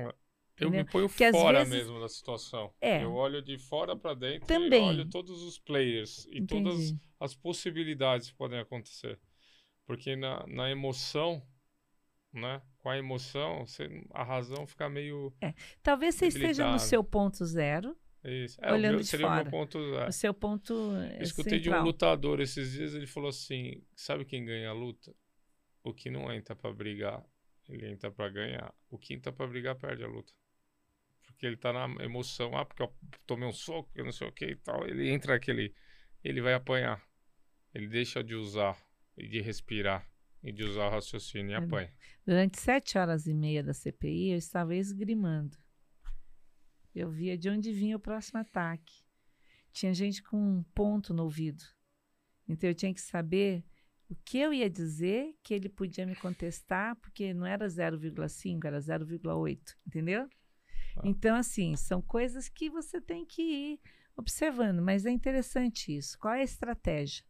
Eu entendeu? me ponho Porque às fora vezes- mesmo da situação. É. Eu olho de fora para dentro Também. e olho todos os players e todas Entendi. as possibilidades que podem acontecer. Porque na, na emoção, né? Com a emoção, você- a razão fica meio... Talvez você esteja no Debilitado. seu ponto zero, Isso. É, o olhando meu, de seria o meu fora. ponto... é. o seu ponto eh, Eu escutei de um central. lutador esses dias, ele falou assim, sabe quem ganha a luta? O que não entra pra brigar, ele entra pra ganhar. O que entra pra brigar perde a luta. Porque ele tá na emoção, ah, porque eu tomei um soco, eu não sei o que e tal. Ele entra aquele, ele vai apanhar. Ele deixa de usar e de respirar e de usar o raciocínio e É. apanha. Durante sete horas e meia da C P I, eu estava esgrimando. Eu via de onde vinha o próximo ataque. Tinha gente com um ponto no ouvido. Então eu tinha que saber o que eu ia dizer, que ele podia me contestar, porque não era zero vírgula cinco, era zero vírgula oito, entendeu? Ah. Então, assim, são coisas que você tem que ir observando, mas é interessante isso. Qual é a estratégia?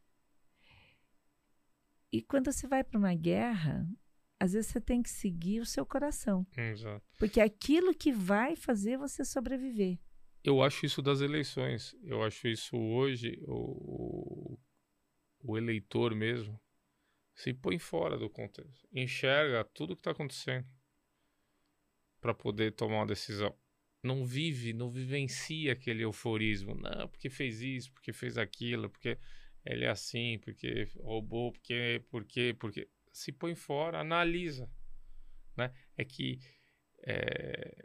E quando você vai para uma guerra, às vezes você tem que seguir o seu coração, Exato. porque é aquilo que vai fazer você sobreviver. Eu acho isso das eleições. Eu acho isso hoje, o, o eleitor mesmo se põe fora do contexto. Enxerga tudo que está acontecendo para poder tomar uma decisão. Não vive, não vivencia aquele euforismo. Não, porque fez isso, porque fez aquilo, porque ele é assim, porque roubou, porque, porque, porque. Se põe fora, analisa. Né? É que é,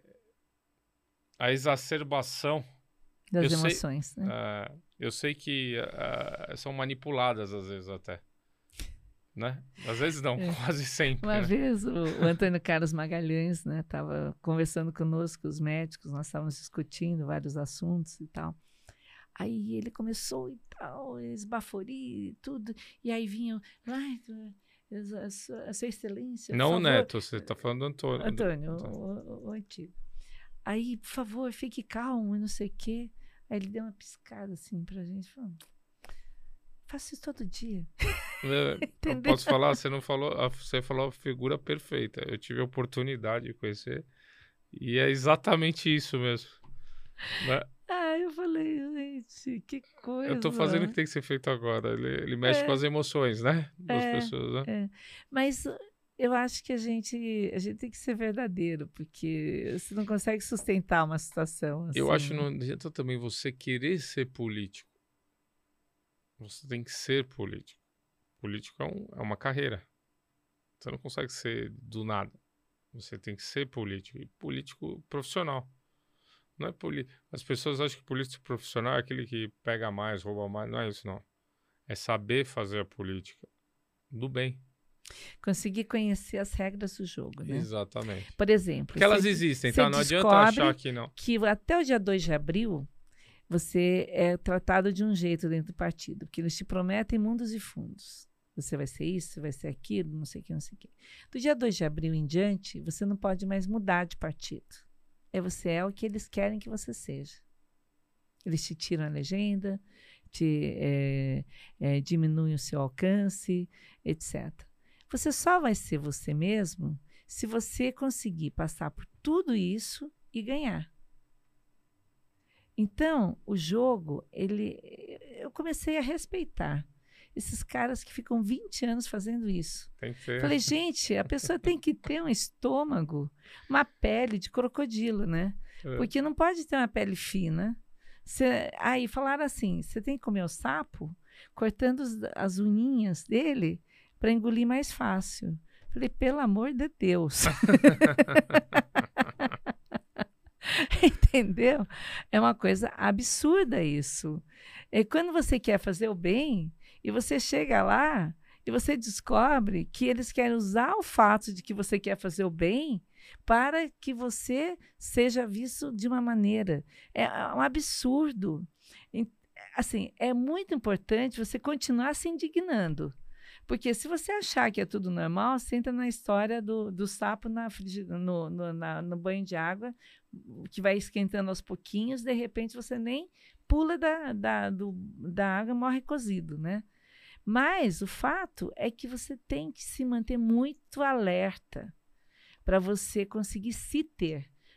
a exacerbação... Das Eu sei- emoções, né? Ah, eu sei que ah, são manipuladas às vezes até, né? Às vezes não, É. quase sempre. Uma né? vez o, o Antônio Carlos Magalhães, né, estava conversando conosco, os médicos, nós estávamos discutindo vários assuntos e tal. Aí ele começou e tal, esbaforir e tudo, e aí vinha, ai, tu- a sua, a sua excelência, por Não o favor." Neto, você está falando do Antônio. Antônio, o, Antônio. o- o antigo. Aí, por favor, fique calmo e não sei o quê. Aí ele deu uma piscada assim pra gente, falou, faço isso todo dia. É, eu Entendeu? posso falar, você não falou, a- você falou a figura perfeita. Eu tive a oportunidade de conhecer e é exatamente isso mesmo. Né? Ah, eu falei, gente, que coisa. Eu tô fazendo o que tem que ser feito agora. Ele, ele mexe É. com as emoções, né? Das É, pessoas, né? é. Mas uh, eu acho que a gente, a gente tem que ser verdadeiro, porque você não consegue sustentar uma situação assim. Eu acho que não adianta também você querer ser político. Você tem que ser político. Político é, um- é uma carreira. Você não consegue ser do nada. Você tem que ser político. E político profissional. Não é poli... As pessoas acham que político profissional é aquele que pega mais, rouba mais. Não é isso, não. É saber fazer a política do bem. Conseguir conhecer as regras do jogo, né? Exatamente. Por exemplo, Porque elas você- existem, você tá? Não adianta descobre achar que não. que até o dia dois de abril você é tratado de um jeito dentro do partido, porque eles te prometem mundos e fundos. Você vai ser isso, você vai ser aquilo, não sei o que, não sei o que. Do dia dois de abril em diante, você não pode mais mudar de partido. É você é o que eles querem que você seja. Eles te tiram a legenda, te é, é, diminuem o seu alcance, etcétera. Você só vai ser você mesmo se você conseguir passar por tudo isso e ganhar. Então, o jogo, ele, eu comecei a respeitar esses caras que ficam vinte anos fazendo isso. Tem que ter. Falei, gente, a pessoa tem que ter um estômago, uma pele de crocodilo, né? É. Porque não pode ter uma pele fina. Cê, aí falaram assim, você tem que comer o sapo cortando os- as unhinhas dele para engolir mais fácil. Falei, pelo amor de Deus. Entendeu? É uma coisa absurda isso. É quando você quer fazer o bem e você chega lá e você descobre que eles querem usar o fato de que você quer fazer o bem para que você seja visto de uma maneira. É um absurdo. Em- Assim, é muito importante você continuar se indignando. Porque se você achar que é tudo normal, você entra na história do, do sapo na frigi- no, no, na- no banho de água, que vai esquentando aos pouquinhos, de repente você nem pula da, da, do, da água e morre cozido, né? Mas o fato é que você tem que se manter muito alerta para você conseguir se ter.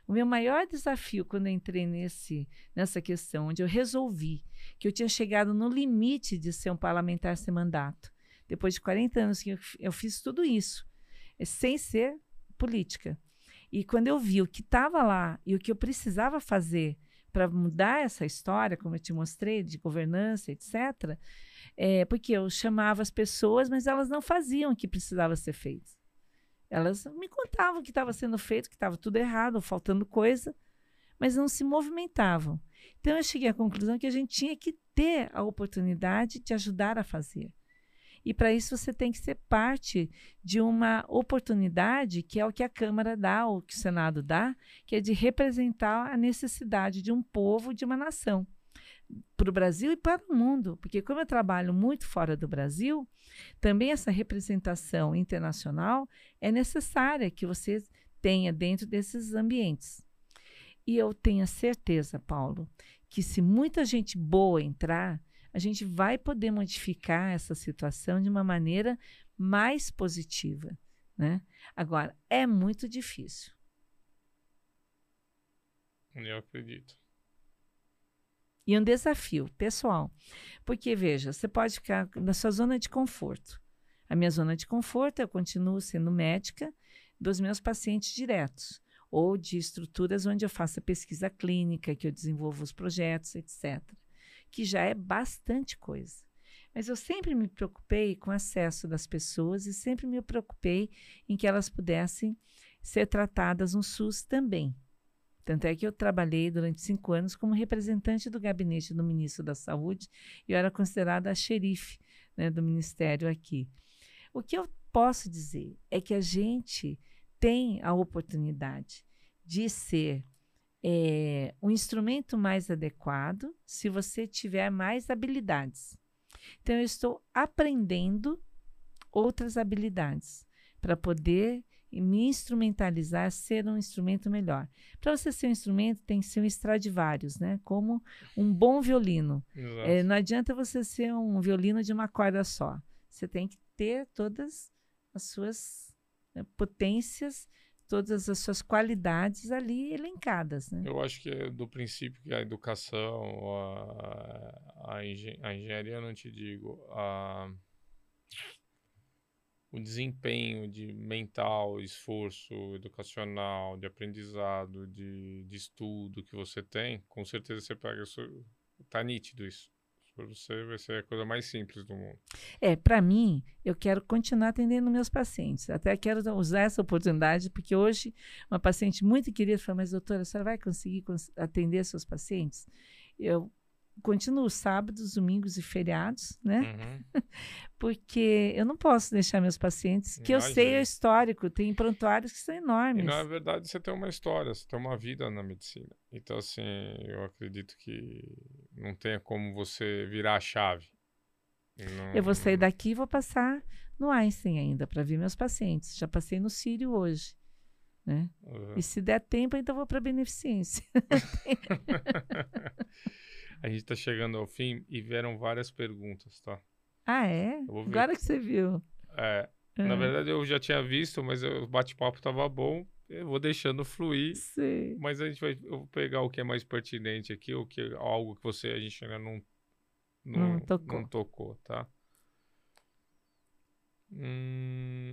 O meu maior desafio quando eu entrei nesse, nessa questão, onde eu resolvi que eu tinha chegado no limite de ser um parlamentar sem mandato, depois de quarenta anos que eu, eu fiz tudo isso, sem ser política. E quando eu vi o que estava lá e o que eu precisava fazer para mudar essa história, como eu te mostrei, de governança, etcétera, é, porque eu chamava as pessoas, mas elas não faziam o que precisava ser feito. Elas me contavam o que estava sendo feito, que estava tudo errado, faltando coisa, mas não se movimentavam. Então, eu cheguei à conclusão que a gente tinha que ter a oportunidade de ajudar a fazer. E, para isso, você tem que ser parte de uma oportunidade, que é o que a Câmara dá, ou que o Senado dá, que é de representar a necessidade de um povo, de uma nação, para o Brasil e para o mundo. Porque, como eu trabalho muito fora do Brasil, também essa representação internacional é necessária que você tenha dentro desses ambientes. E eu tenho a certeza, Paulo, que se muita gente boa entrar, a gente vai poder modificar essa situação de uma maneira mais positiva, né? Agora, é muito difícil. Eu acredito. E um desafio pessoal. Porque, veja, você pode ficar na sua zona de conforto. A minha zona de conforto, eu continuo sendo médica dos meus pacientes diretos, ou de estruturas onde eu faço a pesquisa clínica, que eu desenvolvo os projetos, etcétera, que já é bastante coisa. Mas eu sempre me preocupei com o acesso das pessoas e sempre me preocupei em que elas pudessem ser tratadas no SUS também. Tanto é que eu trabalhei durante cinco anos como representante do gabinete do ministro da Saúde e eu era considerada a xerife, né, do ministério aqui. O que eu posso dizer é que a gente tem a oportunidade de ser é, um instrumento mais adequado se você tiver mais habilidades. Então, eu estou aprendendo outras habilidades para poder me instrumentalizar, ser um instrumento melhor. Para você ser um instrumento, tem que ser um Stradivarius, né? Como um bom violino. É, não adianta você ser um violino de uma corda só. Você tem que ter todas as suas, né, potências, todas as suas qualidades ali elencadas, né? Eu acho que é do princípio que a educação, a, a, engen a engenharia, eu não te digo, a, o desempenho de mental, esforço educacional, de aprendizado, de, de estudo que você tem, com certeza você pega, tá nítido isso. Para você vai ser a coisa mais simples do mundo. É, para mim, eu quero continuar atendendo meus pacientes. Até quero usar essa oportunidade, porque hoje uma paciente muito querida falou, mas doutora, a senhora vai conseguir cons atender seus pacientes? Eu continuo sábados, domingos e feriados, né? Uhum. Porque eu não posso deixar meus pacientes, que Imagina. Eu sei é histórico, tem prontuários que são enormes. E na verdade você tem uma história, você tem uma vida na medicina. Então, assim, eu acredito que não tenha como você virar a chave. Não... Eu vou sair daqui e vou passar no Einstein ainda, para ver meus pacientes. Já passei no Sírio hoje, né? Uhum. E se der tempo, então vou para a beneficência. A gente está chegando ao fim e vieram várias perguntas, tá? Ah, é? Agora que você viu. É, uhum. Na verdade, eu já tinha visto, mas o bate-papo estava bom. Eu vou deixando fluir. Sim. Mas a gente vai eu vou pegar o que é mais pertinente aqui, o que, algo que você, a gente ainda não, não, não, tocou. não tocou, tá? Hum...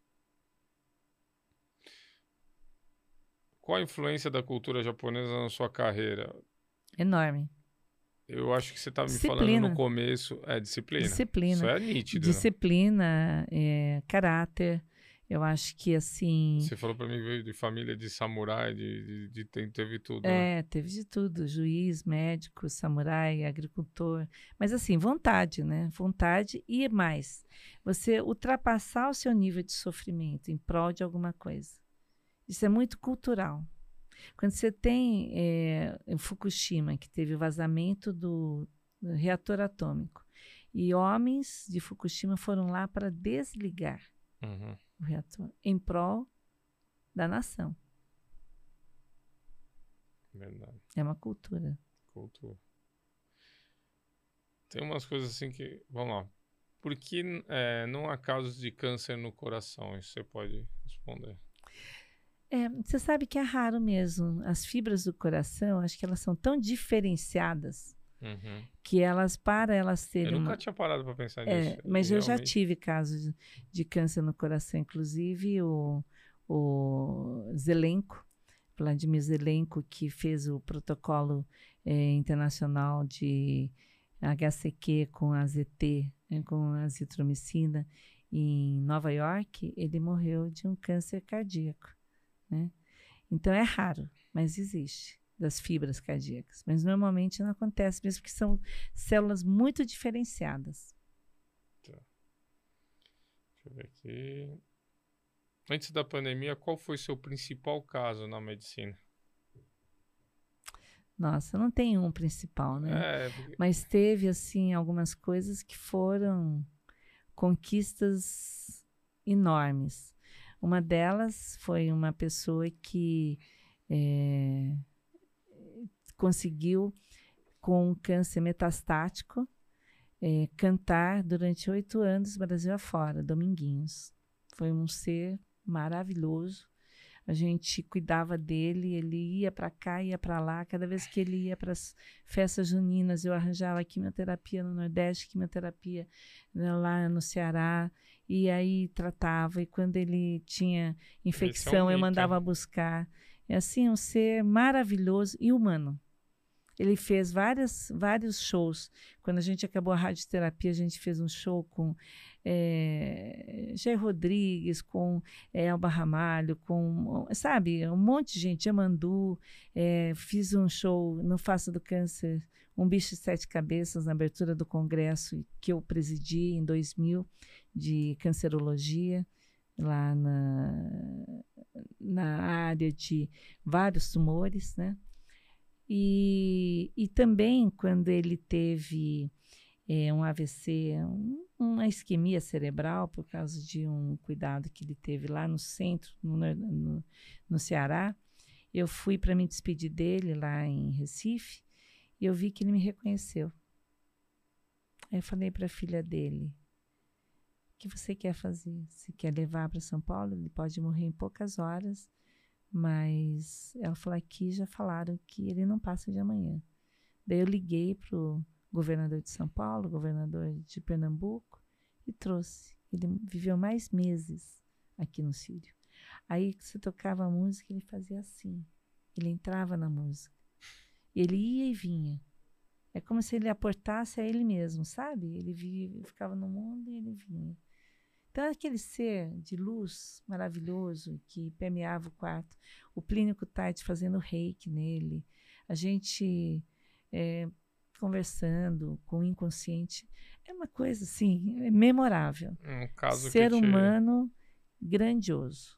Qual a influência da cultura japonesa na sua carreira? Enorme. Eu acho que você estava me falando no começo. É, disciplina. Disciplina. Isso é nítido. Disciplina, é, caráter. Eu acho que, assim... Você falou para mim que veio de família de samurai, de, de, de teve tudo, É, né? teve de tudo. Juiz, médico, samurai, agricultor. Mas, assim, vontade, né? Vontade e mais. Você ultrapassar o seu nível de sofrimento em prol de alguma coisa. Isso é muito cultural. Quando você tem é, em Fukushima, que teve o vazamento do, do reator atômico, e homens de Fukushima foram lá para desligar uhum. o reator em prol da nação. Verdade. É uma cultura. Cultura. Tem umas coisas assim que... Vamos lá. Por que é, não há casos de câncer no coração? Isso você pode responder. É, você sabe que é raro mesmo. As fibras do coração, acho que elas são tão diferenciadas Uhum. que elas, para elas Eu terem nunca uma... tinha parado para pensar É, nisso. mas E eu já realmente- tive casos de, de câncer no coração, inclusive o, o Zelenko, Vladimir Zelenko, que fez o protocolo eh, internacional de H C Q com A Z T, né, com a azitromicina, em Nova York, ele morreu de um câncer cardíaco, né? Então é raro, mas existe, das fibras cardíacas. Mas normalmente não acontece, mesmo porque são células muito diferenciadas. Deixa eu ver aqui. Antes da pandemia, qual foi seu principal caso na medicina? Nossa, não tem um principal, né? É, porque- Mas teve, assim, algumas coisas que foram conquistas enormes. Uma delas foi uma pessoa que eh, conseguiu, com câncer metastático, eh, cantar durante oito anos Brasil afora, Dominguinhos. Foi um ser maravilhoso. A gente cuidava dele, ele ia para cá, ia para lá. Cada vez que ele ia para as festas juninas, eu arranjava quimioterapia no Nordeste, quimioterapia, né, lá no Ceará, e aí tratava. E quando ele tinha infecção, eu mito, mandava hein? buscar. É assim, um ser maravilhoso e humano. Ele fez várias, vários shows. Quando a gente acabou a radioterapia, a gente fez um show com é, Jair Rodrigues, com é, Elba Ramalho, com, sabe, um monte de gente, Amandu. É, fiz um show no Face do Câncer, Um Bicho de Sete Cabeças, na abertura do congresso que eu presidi em dois mil, de cancerologia, lá na, na área de vários tumores, né? E, e também quando ele teve é, um A V C, um, uma isquemia cerebral, por causa de um cuidado que ele teve lá no centro, no, no, no Ceará, eu fui para me despedir dele lá em Recife e eu vi que ele me reconheceu. Aí eu falei para a filha dele: o que você quer fazer? Você quer levar para São Paulo? Ele pode morrer em poucas horas. Mas ela falou: aqui já falaram que ele não passa de amanhã. Daí eu liguei para o governador de São Paulo, governador de Pernambuco, e trouxe. Ele viveu mais meses aqui no Sírio. Aí você tocava a música, ele fazia assim. Ele entrava na música. Ele ia e vinha. É como se ele aportasse a ele mesmo, sabe? Ele via, ficava no mundo e ele vinha. Então, aquele ser de luz maravilhoso que permeava o quarto, o Plínio Kutaiti fazendo reiki nele, a gente é, conversando com o inconsciente, é uma coisa assim, é memorável. Um caso Ser que te... humano grandioso.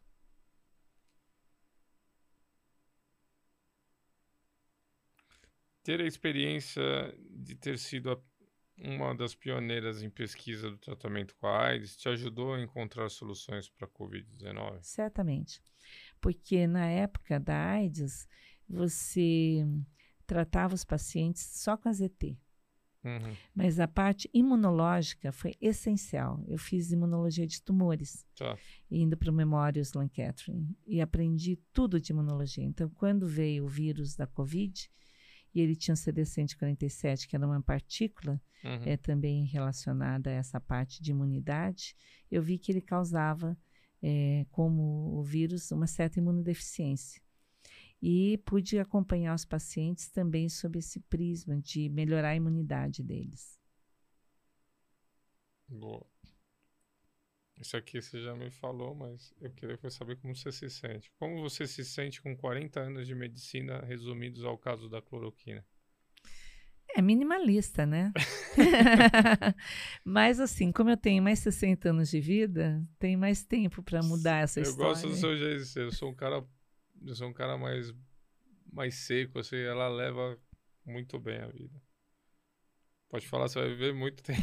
Ter a experiência de ter sido a uma das pioneiras em pesquisa do tratamento com a AIDS te ajudou a encontrar soluções para a covid dezenove? Certamente. Porque na época da AIDS, você tratava os pacientes só com a Z T. Uhum. Mas a parte imunológica foi essencial. Eu fiz imunologia de tumores, Tá. indo para o Memorial Sloan Kettering, e aprendi tudo de imunologia. Então, quando veio o vírus da Covid, e ele tinha um C D cento e quarenta e sete, que era uma partícula, Uhum. é, também relacionada a essa parte de imunidade, eu vi que ele causava, é, como o vírus, uma certa imunodeficiência. E pude acompanhar os pacientes também sob esse prisma de melhorar a imunidade deles. Boa. Isso aqui você já me falou, mas eu queria saber como você se sente. Como você se sente com quarenta anos de medicina resumidos ao caso da cloroquina? É minimalista, né? Mas assim, como eu tenho mais sessenta anos de vida, tem mais tempo para mudar essa eu história. gosto do seu jeito de ser. Eu sou um cara, eu sou um cara mais, mais seco, assim, ela leva muito bem a vida. Pode falar, você vai viver muito tempo.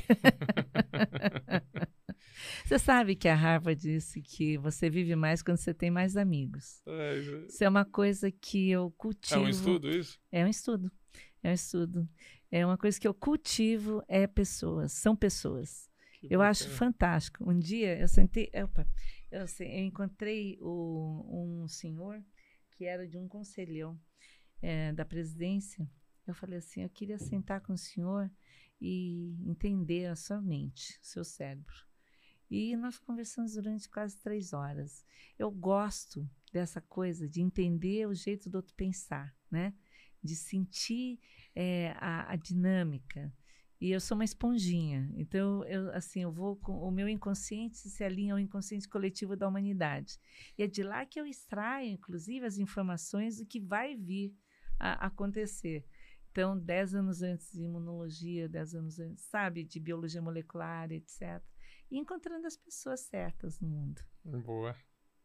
Você sabe que a Harvard disse que você vive mais quando você tem mais amigos. É, isso... Isso é uma coisa que eu cultivo. é um estudo isso? É um estudo. É um estudo. É uma coisa que eu cultivo, é pessoas, são pessoas. Que Eu bacana. acho fantástico. Um dia eu sentei, opa, Eu, sei, eu encontrei o, um senhor que era de um conselhão é, da presidência. Eu falei assim, eu queria sentar com o senhor e entender a sua mente, o seu cérebro. E nós conversamos durante quase três horas. Eu gosto dessa coisa de entender o jeito do outro pensar, né? De sentir é, a, a dinâmica. E eu sou uma esponjinha. Então, eu, assim, eu vou com, o meu inconsciente se alinha ao inconsciente coletivo da humanidade. E é de lá que eu extraio, inclusive, as informações do que vai vir a acontecer. Então, dez anos antes de imunologia, dez anos antes, sabe, de biologia molecular, etcétera. E encontrando as pessoas certas no mundo. Boa.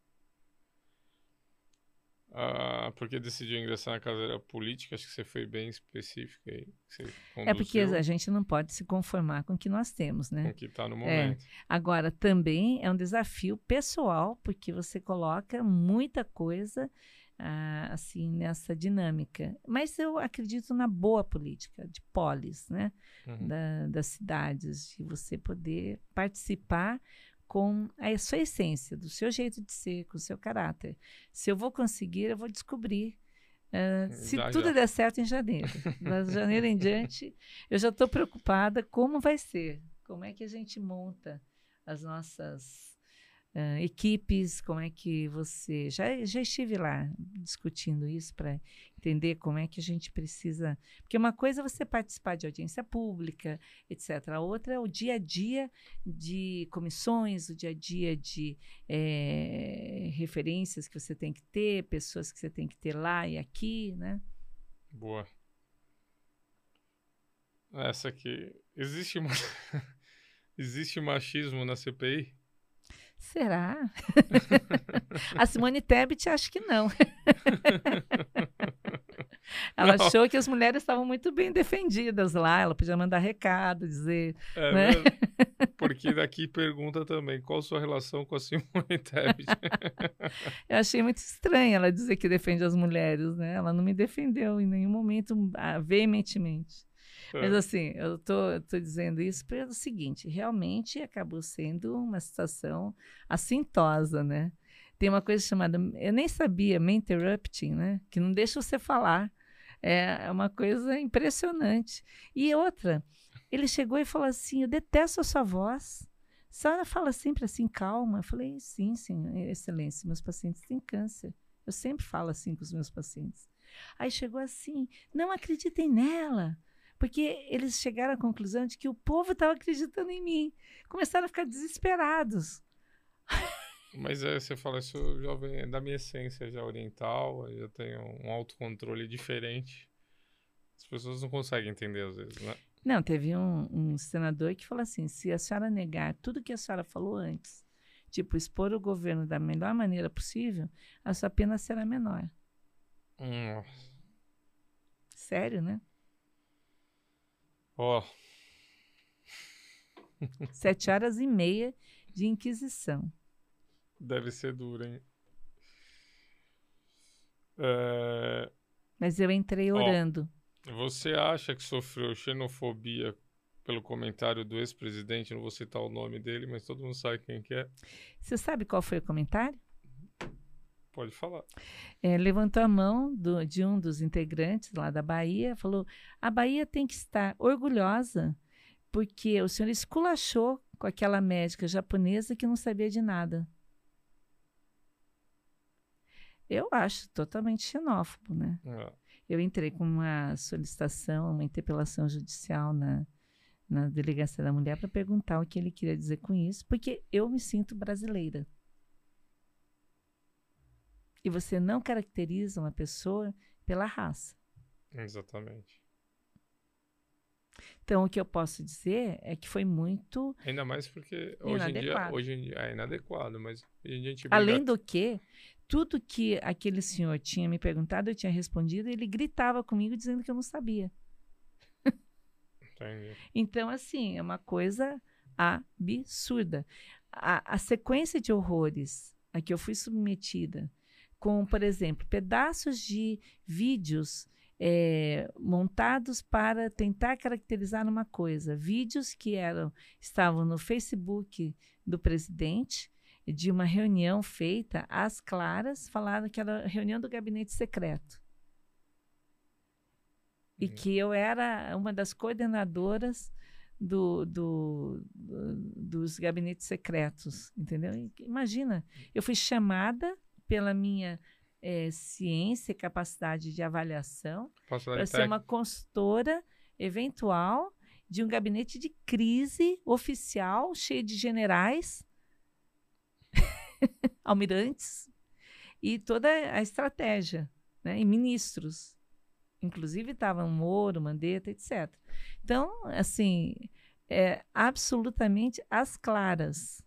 Ah, porque decidiu ingressar na carreira política? Acho que você foi bem específica aí. Você É porque conduziu a gente não pode se conformar com o que nós temos, com né? o que está no É. momento. Agora, também é um desafio pessoal, porque você coloca muita coisa ah, assim nessa dinâmica. Mas eu acredito na boa política de polis, né? Uhum. Da, das cidades, de você poder participar com a sua essência, do seu jeito de ser, com o seu caráter. Se eu vou conseguir, eu vou descobrir. Uh, se Já, tudo já. der certo em janeiro. De janeiro em diante, eu já estou preocupada como vai ser, como é que a gente monta as nossas uh, equipes, como é que você... Já, já estive lá discutindo isso para entender como é que a gente precisa... Porque uma coisa é você participar de audiência pública, etcétera. A outra é o dia a dia de comissões, o dia a dia de é, referências que você tem que ter, pessoas que você tem que ter lá e aqui, né? Boa. Essa aqui. Existe, ma... Existe machismo na C P I? Será? A Simone Tebet acho que não. Ela Não. achou que as mulheres estavam muito bem defendidas lá, ela podia mandar recado, dizer... É, né? mesmo? Porque daqui pergunta também, qual sua relação com a Simone Tebet? Eu achei muito estranho ela dizer que defende as mulheres, né? Ela não me defendeu em nenhum momento ah, veementemente. Mas assim, eu tô, tô dizendo isso pelo seguinte, realmente acabou sendo uma situação assintosa, né? Tem uma coisa chamada, eu nem sabia, me interrupting, né? Que não deixa você falar. É uma coisa impressionante. E outra, ele chegou e falou assim, eu detesto a sua voz. A senhora fala sempre assim, calma. Eu falei, sim, sim, excelência, meus pacientes têm câncer. Eu sempre falo assim com os meus pacientes. Aí chegou assim, não acreditem nela. Porque eles chegaram à conclusão de que o povo estava acreditando em mim. Começaram a ficar desesperados. Mas é, você fala, isso já vem da minha essência já oriental, eu já tenho um autocontrole diferente. As pessoas não conseguem entender às vezes, né? Não, teve um, um senador que falou assim, se a senhora negar tudo que a senhora falou antes, tipo, expor o governo da melhor maneira possível, a sua pena será menor. Hum. Sério, né? Ó. Sete horas e meia de inquisição. Deve ser duro, hein? É... Mas eu entrei orando. Ó, você acha que sofreu xenofobia pelo comentário do ex-presidente? Não vou citar o nome dele, mas todo mundo sabe quem que é. Você sabe qual foi o comentário? Pode falar. É, levantou a mão do, de um dos integrantes lá da Bahia, falou, a Bahia tem que estar orgulhosa porque o senhor esculachou com aquela médica japonesa que não sabia de nada. Eu acho totalmente xenófobo, né? É. Eu entrei com uma solicitação, uma interpelação judicial na, na Delegacia da Mulher para perguntar o que ele queria dizer com isso, porque eu me sinto brasileira. E você não caracteriza uma pessoa pela raça. Exatamente. Então, o que eu posso dizer é que foi muito... Ainda mais porque hoje em dia, Inadequado. hoje em dia é inadequado, mas hoje em dia a gente briga... Além do que, tudo que aquele senhor tinha me perguntado, eu tinha respondido, e ele gritava comigo dizendo que eu não sabia. Entendi. Então, assim, é uma coisa absurda. A, a sequência de horrores a que eu fui submetida, com, por exemplo, pedaços de vídeos é, montados para tentar caracterizar uma coisa, vídeos que eram, estavam no Facebook do presidente, de uma reunião feita às claras, falaram que era a reunião do gabinete secreto. E Hum. que eu era uma das coordenadoras do, do, do, dos gabinetes secretos, entendeu? E, imagina, eu fui chamada pela minha eh, ciência e capacidade de avaliação para Possibilidade ser uma consultora eventual de um gabinete de crise oficial, cheio de generais, almirantes, e toda a estratégia, né? E ministros. Inclusive estavam Moro, Mandetta, etcétera. Então, assim, é absolutamente às claras.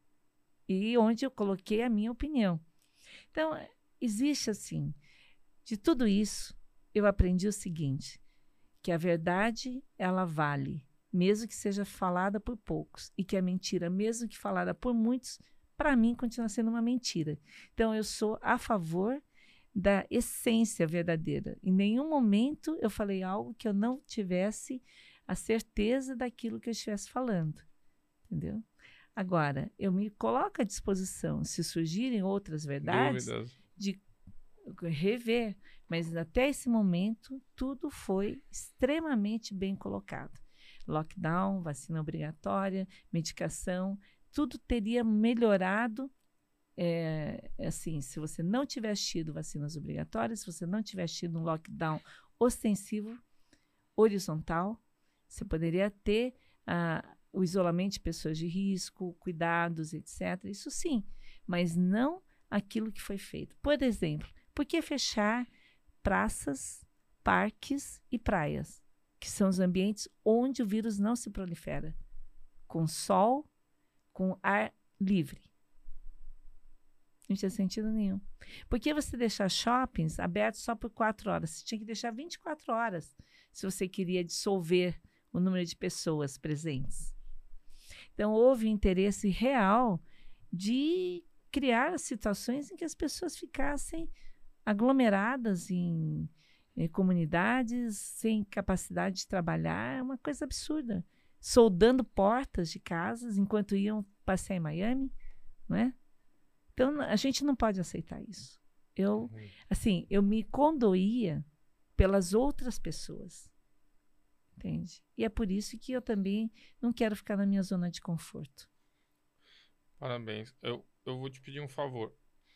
E onde eu coloquei a minha opinião. Então, existe assim, de tudo isso, eu aprendi o seguinte, que a verdade, ela vale, mesmo que seja falada por poucos, e que a mentira, mesmo que falada por muitos, para mim, continua sendo uma mentira. Então, eu sou a favor da essência verdadeira. Em nenhum momento eu falei algo que eu não tivesse a certeza daquilo que eu estivesse falando, entendeu? Agora, eu me coloco à disposição, se surgirem outras verdades, dúvidas. de rever, mas até esse momento tudo foi extremamente bem colocado. Lockdown, vacina obrigatória, medicação, tudo teria melhorado. É, assim, se você não tivesse tido vacinas obrigatórias, se você não tivesse tido um lockdown ostensivo, horizontal, você poderia ter ah, o isolamento de pessoas de risco, cuidados, etcétera. Isso sim, mas não aquilo que foi feito. Por exemplo, por que fechar praças, parques e praias, que são os ambientes onde o vírus não se prolifera, com sol, com ar livre? Não tinha sentido nenhum. Por que você deixar shoppings abertos só por quatro horas? Você tinha que deixar vinte e quatro horas se você queria dissolver o número de pessoas presentes. Então, houve um interesse real de criar situações em que as pessoas ficassem aglomeradas em, em comunidades, sem capacidade de trabalhar. É uma coisa absurda. Soldando portas de casas enquanto iam passear em Miami, não é? Então, a gente não pode aceitar isso. Eu, Uhum. assim, eu me condoía pelas outras pessoas, entende? E é por isso que eu também não quero ficar na minha zona de conforto. Parabéns. Eu, eu vou te pedir um favor.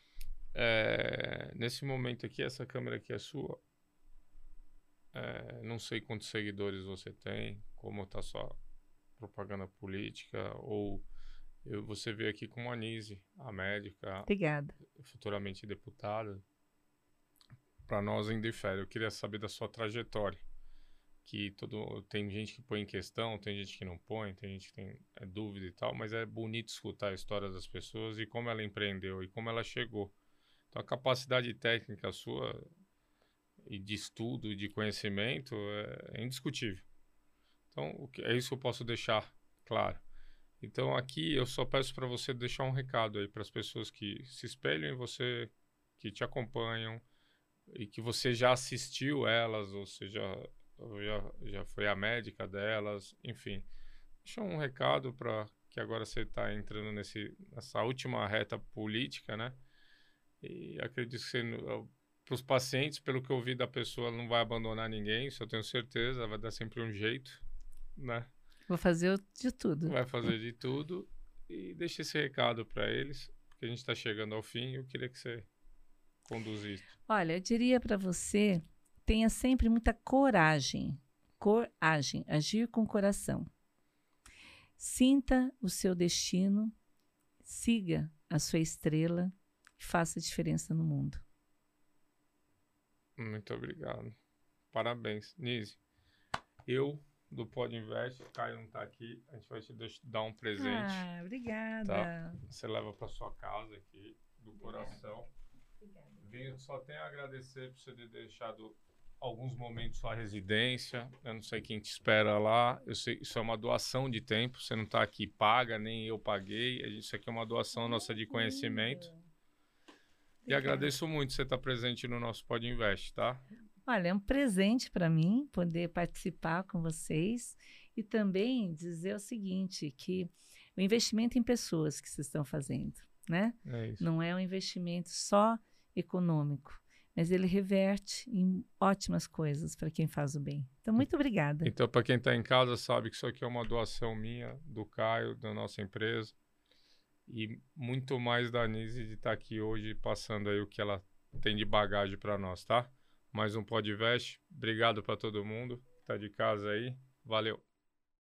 É, nesse momento aqui, essa câmera aqui é sua. É, não sei quantos seguidores você tem, como está sua propaganda política, ou eu, você veio aqui com a Nise, a médica, Obrigada. futuramente deputada. Para nós ainda difere. Eu queria saber da sua trajetória. Que todo, tem gente que põe em questão, tem gente que não põe, tem gente que tem é, dúvida e tal, mas é bonito escutar a história das pessoas e como ela empreendeu e como ela chegou. Então a capacidade técnica sua e de estudo, de conhecimento é, é indiscutível. Então o que, é isso que eu posso deixar claro. Então aqui eu só peço para você deixar um recado aí para as pessoas que se espelham em você, que te acompanham e que você já assistiu elas, ou seja, já, já foi a médica delas, enfim. Deixa um recado para que agora você está entrando nesse, nessa última reta política, né? E acredito que você, para os pacientes, pelo que eu vi da pessoa, ela não vai abandonar ninguém, isso eu tenho certeza, vai dar sempre um jeito, né? Vou fazer de tudo. Vai fazer de tudo e deixa esse recado para eles, porque a gente está chegando ao fim e eu queria que você conduzisse. Olha, eu diria para você, tenha sempre muita coragem. Coragem, agir com o coração. Sinta o seu destino, siga a sua estrela e faça diferença no mundo. Muito obrigado. Parabéns. Nise, eu do Pod Invest, Caio não está aqui, a gente vai te deixar, dar um presente. Ah, obrigada. Tá? Você leva para sua casa aqui, do coração. Obrigada. Só tenho a agradecer por você ter deixado alguns momentos sua residência. Eu não sei quem te espera lá. Eu sei, isso é uma doação de tempo. Você não está aqui paga, nem eu paguei. Isso aqui é uma doação nossa de conhecimento. E agradeço muito você estar presente no nosso Pod Invest, tá? Olha, é um presente para mim poder participar com vocês e também dizer o seguinte, que o investimento em pessoas que vocês estão fazendo, né? É isso. Não é um investimento só econômico, mas ele reverte em ótimas coisas para quem faz o bem. Então, muito obrigada. Então, para quem está em casa, sabe que isso aqui é uma doação minha, do Caio, da nossa empresa. E muito mais da Nise de estar aqui hoje passando aí o que ela tem de bagagem para nós, tá? Mais um Podvest. Obrigado para todo mundo que está de casa aí. Valeu.